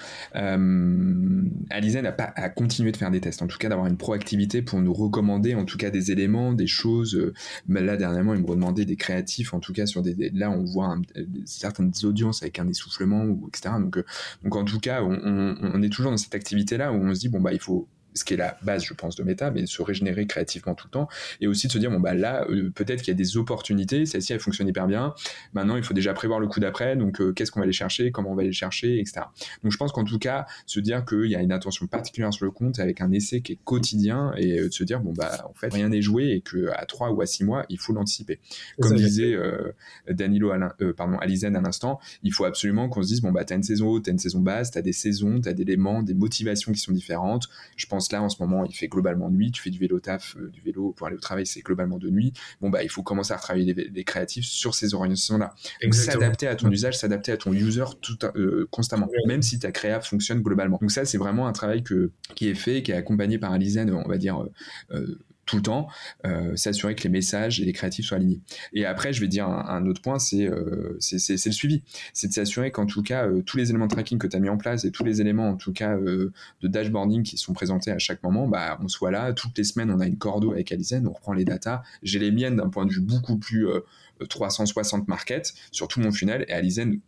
D: Alizen a continué de faire des tests, en tout cas d'avoir une proactivité pour nous recommander en tout cas des éléments, des choses. Là dernièrement il me redemandait des créatifs, en tout cas sur là on voit certaines audiences avec un essoufflement etc. Donc en tout cas on est toujours dans cette activité là où on se dit il faut, ce qui est la base, je pense, de Meta, mais de se régénérer créativement tout le temps, et aussi de se dire, là, peut-être qu'il y a des opportunités, celle-ci, elle fonctionne hyper bien, maintenant, il faut déjà prévoir le coup d'après, donc qu'est-ce qu'on va aller chercher, comment on va aller chercher, etc. Donc, je pense qu'en tout cas, se dire qu'il y a une attention particulière sur le compte, avec un essai qui est quotidien, et de se dire, en fait, rien n'est joué, et qu'à 3 ou à 6 mois, il faut l'anticiper. Comme disait Alizen à l'instant, il faut absolument qu'on se dise, t'as une saison haute, t'as une saison basse, t'as des saisons, t'as des éléments, des motivations qui sont différentes. Je pense là en ce moment il fait globalement nuit, tu fais du vélo du vélo pour aller au travail, c'est globalement de nuit, il faut commencer à retravailler les créatifs sur ces orientations là, donc s'adapter à ton usage, s'adapter à ton user constamment, même si ta créa fonctionne globalement. Donc ça c'est vraiment un travail qui est fait, qui est accompagné par Alizen, on va dire tout le temps, s'assurer que les messages et les créatifs soient alignés. Et après, je vais dire un autre point, c'est le suivi. C'est de s'assurer qu'en tout cas, tous les éléments de tracking que tu as mis en place et tous les éléments, en tout cas, de dashboarding qui sont présentés à chaque moment, on soit là. Toutes les semaines, on a une cordo avec Alizen, on reprend les datas. J'ai les miennes d'un point de vue beaucoup plus 360 market sur tout mon funnel, et Alizen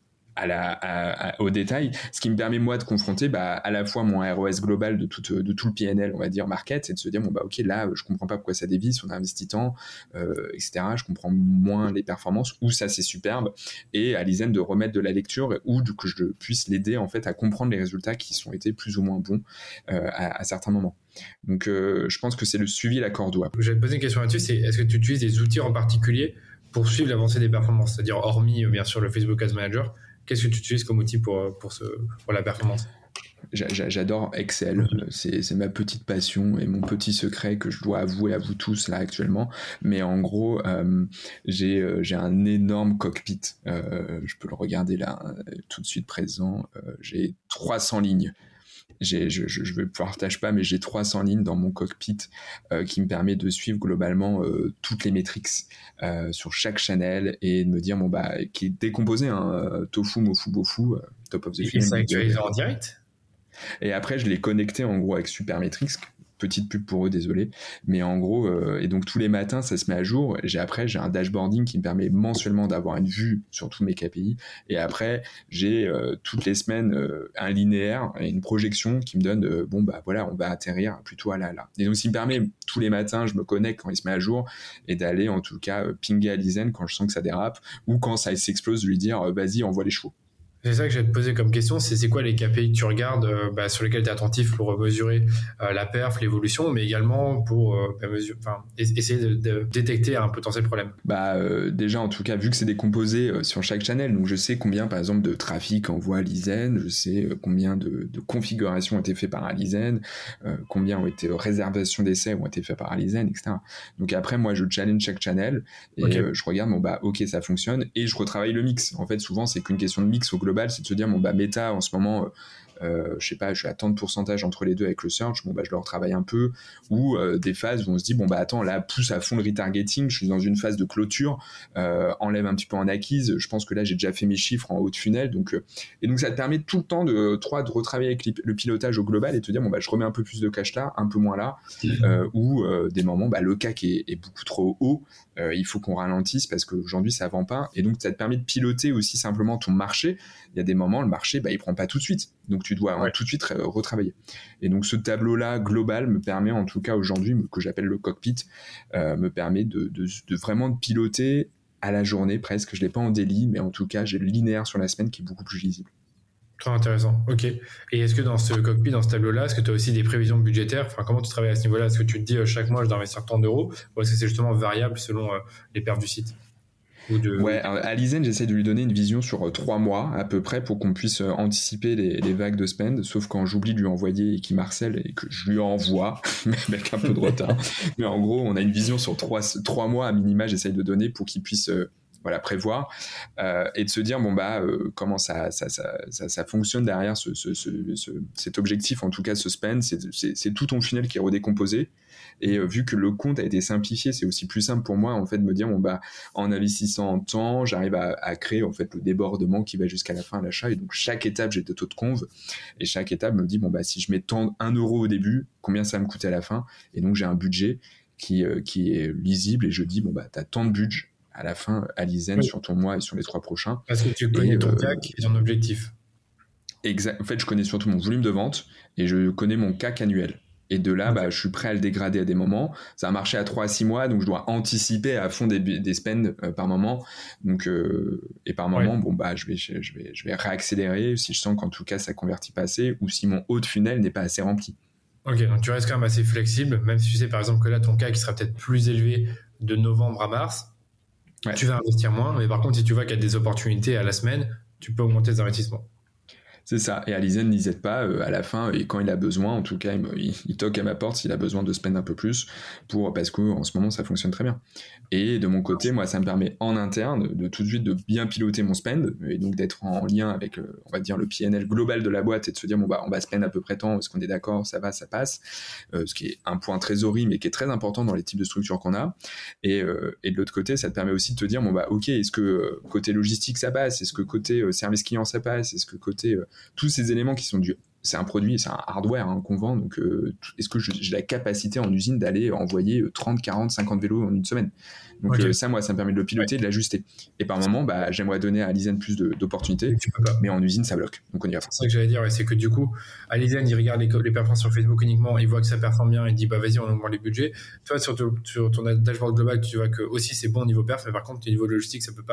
D: au détail, ce qui me permet moi de confronter à la fois mon ROS global de tout le PNL, on va dire market, c'est de se dire ok, là je comprends pas pourquoi ça dévisse, on a investi tant, etc. Je comprends moins les performances, ou ça c'est superbe, et Alizen de remettre de la lecture, ou que je puisse l'aider en fait à comprendre les résultats qui sont été plus ou moins bons à certains moments. Donc je pense que c'est le suivi à la cordeau.
B: Je vais te poser une question là-dessus, c'est est-ce que tu utilises des outils en particulier pour suivre l'avancée des performances, c'est-à-dire hormis bien sûr le Facebook Ads Manager? Qu'est-ce que tu utilises comme outil pour la performance?
D: J'adore Excel, c'est ma petite passion et mon petit secret que je dois avouer à vous tous là actuellement. Mais en gros, j'ai un énorme cockpit. Je peux le regarder là, tout de suite présent. J'ai 300 lignes. Je ne partage pas, mais j'ai 300 lignes dans mon cockpit qui me permet de suivre globalement toutes les métriques sur chaque channel, et de me dire qui est décomposé, tofu, mofu, bofu, top of the funnel.
B: Et ça actualise en direct?
D: Et après je l'ai connecté en gros avec Supermetrics, petite pub pour eux, désolé, mais en gros et donc tous les matins ça se met à jour. J'ai un dashboarding qui me permet mensuellement d'avoir une vue sur tous mes KPI, et après j'ai toutes les semaines un linéaire et une projection qui me donne voilà, on va atterrir plutôt à là. Et donc ce qui me permet, tous les matins je me connecte quand il se met à jour, et d'aller en tout cas pinguer Alizen quand je sens que ça dérape, ou quand ça s'explose, de lui dire vas-y, envoie les chevaux.
B: C'est ça que je vais te poser comme question, c'est quoi les KPI que tu regardes, sur lesquels tu es attentif pour mesurer la perf, l'évolution, mais également pour essayer de détecter un potentiel problème?
D: Déjà, en tout cas, vu que c'est décomposé sur chaque channel, donc je sais combien, par exemple, de trafic envoie Alizen, je sais combien de configurations ont été faites par Alizen, combien ont été réservations d'essais ont été faites par Alizen, etc. Donc après, moi, je challenge chaque channel, et je regarde, ok, ça fonctionne, et je retravaille le mix. En fait, souvent, c'est qu'une question de mix au global, c'est de se dire, Meta, en ce moment, je sais pas, je suis à tant de pourcentage entre les deux avec le search, bon bah je le retravaille un peu, ou des phases où on se dit bon bah attends, là pousse à fond le retargeting, je suis dans une phase de clôture, enlève un petit peu en acquise, je pense que là j'ai déjà fait mes chiffres en haut de funnel, donc et donc ça te permet tout le temps de retravailler avec le pilotage au global et te dire bon bah je remets un peu plus de cash là, un peu moins là, ou des moments bah le CAC est beaucoup trop haut, il faut qu'on ralentisse parce qu'aujourd'hui ça vend pas, et donc ça te permet de piloter aussi simplement ton marché. Il y a des moments le marché bah il prend pas tout de suite, donc tu dois tout de suite retravailler, et donc ce tableau là global me permet en tout cas aujourd'hui, que j'appelle le cockpit, me permet de vraiment de piloter à la journée presque. Je l'ai pas en daily, mais en tout cas j'ai le linéaire sur la semaine qui est beaucoup plus lisible.
B: Très intéressant, ok. Et est-ce que dans ce cockpit, dans ce tableau-là, est-ce que tu as aussi des prévisions budgétaires? Enfin, comment tu travailles à ce niveau-là? Est-ce que tu te dis chaque mois je dois investir tant d'euros, ou est-ce que c'est justement variable selon les perfs du site?
D: Ouais, à Lizen, j'essaie de lui donner une vision sur 3 mois à peu près pour qu'on puisse anticiper les vagues de spend, sauf quand j'oublie de lui envoyer et qu'il marcelle et que je lui envoie, mais avec un peu de retard. Mais en gros, on a une vision sur 3 mois à minima, j'essaie de donner pour qu'il puisse prévoir, et de se dire bon bah comment ça fonctionne derrière cet objectif, en tout cas ce spend, c'est tout ton funnel qui est redécomposé. Et vu que le compte a été simplifié, c'est aussi plus simple pour moi en fait de me dire bon bah en investissant en temps, j'arrive à créer en fait le débordement qui va jusqu'à la fin à l'achat, et donc chaque étape j'ai des taux de conv, et chaque étape me dit bon bah si je mets 1 euro au début, combien ça va me coûter à la fin, et donc j'ai un budget qui est lisible, et je dis bon bah t'as tant de budget à la fin à Lizen sur ton mois et sur les 3 prochains.
B: Parce que tu connais ton CAC et ton objectif.
D: Exact. En fait, je connais surtout mon volume de vente et je connais mon CAC annuel. Et de là, bah, je suis prêt à le dégrader à des moments. Ça a marché à 3 à 6 mois, donc je dois anticiper à fond des spends par moment. Donc, et par moment, bon, bah, je vais réaccélérer si je sens qu'en tout cas, ça convertit pas assez, ou si mon haut de funnel n'est pas assez rempli.
B: Ok, donc tu restes quand même assez flexible, même si tu sais par exemple que là, ton CAC sera peut-être plus élevé de novembre à mars. Ouais. Tu vas investir moins, mais par contre, si tu vois qu'il y a des opportunités à la semaine, tu peux augmenter tes investissements.
D: C'est ça. Et Alizen n'hésite pas à la fin, et quand il a besoin, en tout cas, il toque à ma porte s'il a besoin de spend un peu plus, parce qu'en ce moment, ça fonctionne très bien. Et de mon côté, moi, ça me permet en interne de tout de suite de bien piloter mon spend, et donc d'être en lien avec, on va dire, le PNL global de la boîte, et de se dire, bon, bah, on va spend à peu près tant, est-ce qu'on est d'accord, ça va, ça passe, ce qui est un point trésorerie, mais qui est très important dans les types de structures qu'on a. Et de l'autre côté, ça te permet aussi de te dire, bon, bah, ok, est-ce que côté logistique, ça passe, est-ce que côté service client, ça passe, est-ce que côté tous ces éléments qui sont c'est un produit, c'est un hardware qu'on vend, donc est-ce que j'ai la capacité en usine d'aller envoyer 30, 40, 50 vélos en une semaine? Donc ça, moi, ça me permet de le piloter, de l'ajuster. Et par moment, bah, j'aimerais donner à Lizen plus d'opportunités, mais en usine, ça bloque. Donc on y va.
B: C'est ça que j'allais dire, c'est que du coup, à Lizen, il regarde les performances sur Facebook uniquement, il voit que ça performe bien, il dit bah vas-y, on augmente les budgets. Toi, sur ton dashboard global, tu vois que aussi c'est bon au niveau perf, mais par contre, au niveau logistique, ça peut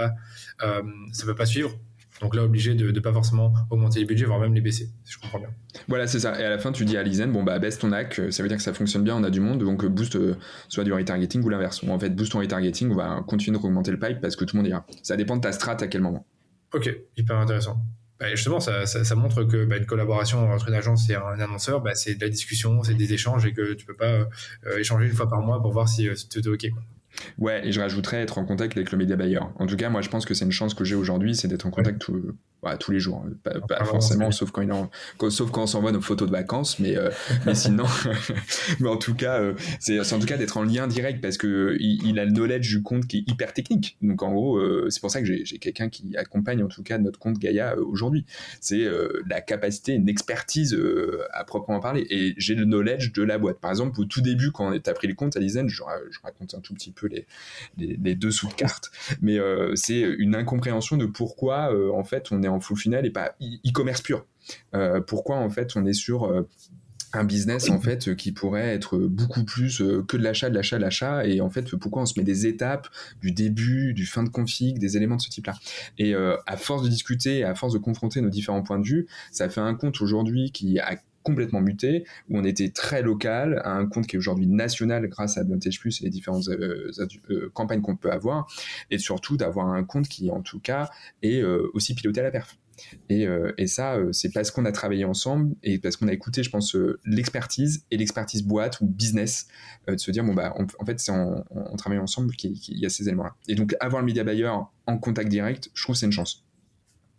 B: pas suivre. Donc là, obligé de ne pas forcément augmenter les budgets, voire même les baisser, si je comprends bien.
D: Voilà, c'est ça. Et à la fin, tu dis à Lizen, bon, bah, baisse ton AC, ça veut dire que ça fonctionne bien, on a du monde, donc boost soit du retargeting ou l'inverse. Ou en fait, boost ton retargeting, on va continuer de augmenter le pipe parce que tout le monde ira. Ça dépend de ta strat à quel moment.
B: Ok, hyper intéressant. Bah, justement, ça montre que une collaboration entre une agence et un annonceur, c'est de la discussion, c'est des échanges, et que tu peux pas échanger une fois par mois pour voir si tout est ok, quoi.
D: Ouais, et je rajouterais être en contact avec le média buyer. En tout cas, moi, je pense que c'est une chance que j'ai aujourd'hui, c'est d'être en contact tous les jours. Pas forcément, sauf quand on s'envoie nos photos de vacances, mais sinon, mais en tout cas, c'est en tout cas d'être en lien direct, parce que il a le knowledge du compte qui est hyper technique. Donc en gros, c'est pour ça que j'ai quelqu'un qui accompagne en tout cas notre compte Gaïa aujourd'hui. C'est la capacité, une expertise à proprement parler. Et j'ai le knowledge de la boîte. Par exemple, au tout début, quand t'as pris le compte à Lizen, je raconte un tout petit peu les dessous de cartes, mais c'est une incompréhension de pourquoi en fait on est en full funnel et pas e-commerce pur. Pourquoi en fait on est sur un business en fait qui pourrait être beaucoup plus que de l'achat, et en fait pourquoi on se met des étapes du début, du fin de config, des éléments de ce type-là. Et à force de discuter, à force de confronter nos différents points de vue, ça fait un compte aujourd'hui qui a complètement muté, où on était très local, à un compte qui est aujourd'hui national grâce à Advantage Plus et les différentes campagnes qu'on peut avoir, et surtout d'avoir un compte qui en tout cas est aussi piloté à la perf. Et ça, c'est parce qu'on a travaillé ensemble et parce qu'on a écouté, je pense, l'expertise boîte ou business, de se dire, bon, bah, en fait, c'est on travaille ensemble qu'il y a ces éléments-là. Et donc, avoir le media buyer en contact direct, je trouve que c'est une chance.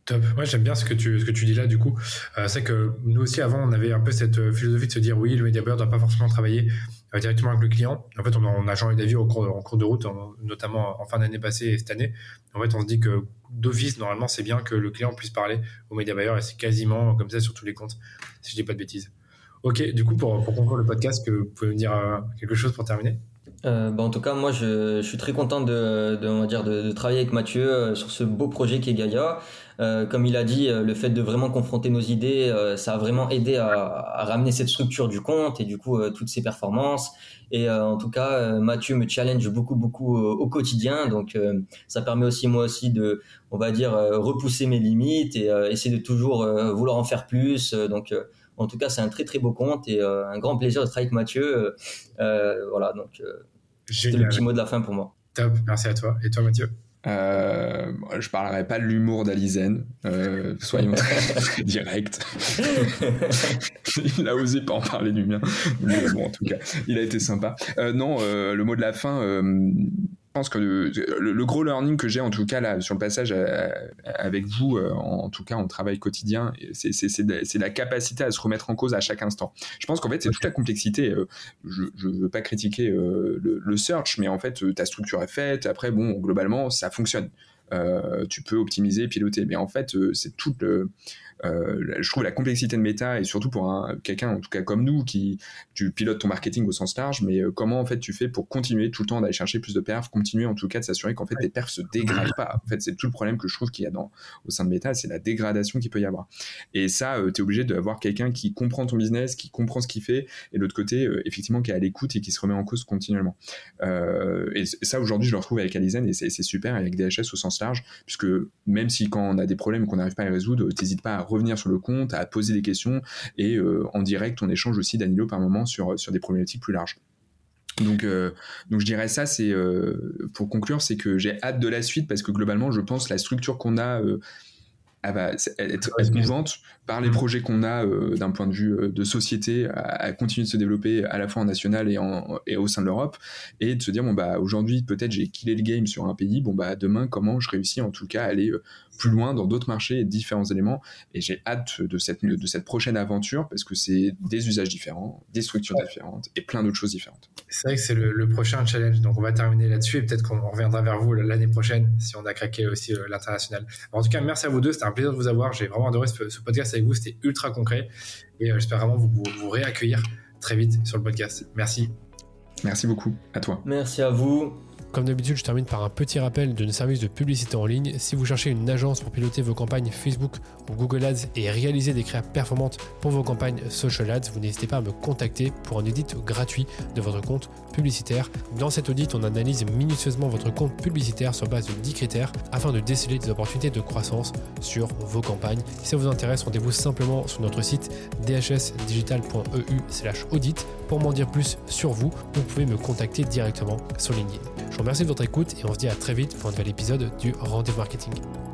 B: Top. Ouais, j'aime bien ce que tu dis là, du coup. C'est que nous aussi, avant, on avait un peu cette philosophie de se dire, oui, le media buyer ne doit pas forcément travailler directement avec le client. En fait, on a changé d'avis en cours de route, notamment en fin d'année passée et cette année. En fait, on se dit que d'office, normalement, c'est bien que le client puisse parler au media buyer et c'est quasiment comme ça sur tous les comptes, si je dis pas de bêtises. Ok, du coup, pour conclure le podcast, que vous pouvez me dire quelque chose pour terminer?
C: En tout cas, moi, je suis très content on va dire, de travailler avec Mathieu sur ce beau projet qui est Gaïa. Comme il a dit, le fait de vraiment confronter nos idées, ça a vraiment aidé à ramener cette structure du compte et du coup toutes ses performances. Et en tout cas, Mathieu me challenge beaucoup au quotidien, donc ça permet aussi moi aussi de, on va dire, repousser mes limites et essayer de toujours vouloir en faire plus. En tout cas, c'est un très très beau compte et un grand plaisir de travailler avec Mathieu. Voilà, donc c'était le petit mot de la fin pour moi.
B: Top, merci à toi. Et toi, Mathieu?
D: Je parlerai pas de l'humour d'Alizen, soyons très directs. Il a osé pas en parler du mien, mais bon, en tout cas, il a été sympa. Le mot de la fin, je pense que le gros learning que j'ai en tout cas là sur le passage avec vous, en tout cas en travail quotidien, c'est la capacité à se remettre en cause à chaque instant. Je pense qu'en fait c'est toute la complexité. Je veux pas critiquer le search, mais en fait ta structure est faite. Après bon, globalement ça fonctionne. Tu peux optimiser, piloter, mais en fait c'est tout je trouve la complexité de méta, et surtout pour quelqu'un en tout cas comme nous qui tu pilotes ton marketing au sens large, mais comment en fait tu fais pour continuer tout le temps d'aller chercher plus de perfs, continuer en tout cas de s'assurer qu'en fait tes perfs se dégradent pas. En fait c'est tout le problème que je trouve qu'il y a au sein de méta, c'est la dégradation qu'il peut y avoir, et ça t'es obligé d'avoir quelqu'un qui comprend ton business, qui comprend ce qu'il fait, et de l'autre côté effectivement qui est à l'écoute et qui se remet en cause continuellement, et ça aujourd'hui je le retrouve avec Alizen, et c'est super, avec DHS au sens large, puisque même si quand on a des problèmes qu'on n'arrive pas à les résoudre, t'hésites pas à revenir sur le compte, à poser des questions, et en direct on échange aussi Danilo par moment sur des problématiques plus larges. Donc je dirais ça, c'est pour conclure, c'est que j'ai hâte de la suite, parce que globalement je pense la structure qu'on a elle va être mouvante par les projets qu'on a d'un point de vue de société à continuer de se développer à la fois en national et au sein de l'Europe, et de se dire bon bah aujourd'hui peut-être j'ai killé le game sur un pays, bon bah demain comment je réussis en tout cas à aller plus loin dans d'autres marchés et différents éléments, et j'ai hâte de cette prochaine aventure, parce que c'est des usages différents, des structures différentes et plein d'autres choses différentes.
B: C'est vrai que c'est le prochain challenge, donc on va terminer là-dessus et peut-être qu'on reviendra vers vous l'année prochaine si on a craqué aussi l'international. En tout cas, merci à vous deux, c'était un plaisir de vous avoir, j'ai vraiment adoré ce podcast avec vous, c'était ultra concret, et j'espère vraiment vous réaccueillir très vite sur le podcast. Merci.
D: Merci beaucoup, à toi.
C: Merci à vous.
A: Comme d'habitude, je termine par un petit rappel de nos services de publicité en ligne. Si vous cherchez une agence pour piloter vos campagnes Facebook ou Google Ads et réaliser des créas performantes pour vos campagnes Social Ads, vous n'hésitez pas à me contacter pour un audit gratuit de votre compte publicitaire. Dans cet audit, on analyse minutieusement votre compte publicitaire sur base de 10 critères afin de déceler des opportunités de croissance sur vos campagnes. Si ça vous intéresse, rendez-vous simplement sur notre site dhsdigital.eu/audit pour m'en dire plus sur vous. Vous pouvez me contacter directement sur LinkedIn. Je vous remercie de votre écoute et on se dit à très vite pour un nouvel épisode du Rendez-vous Marketing.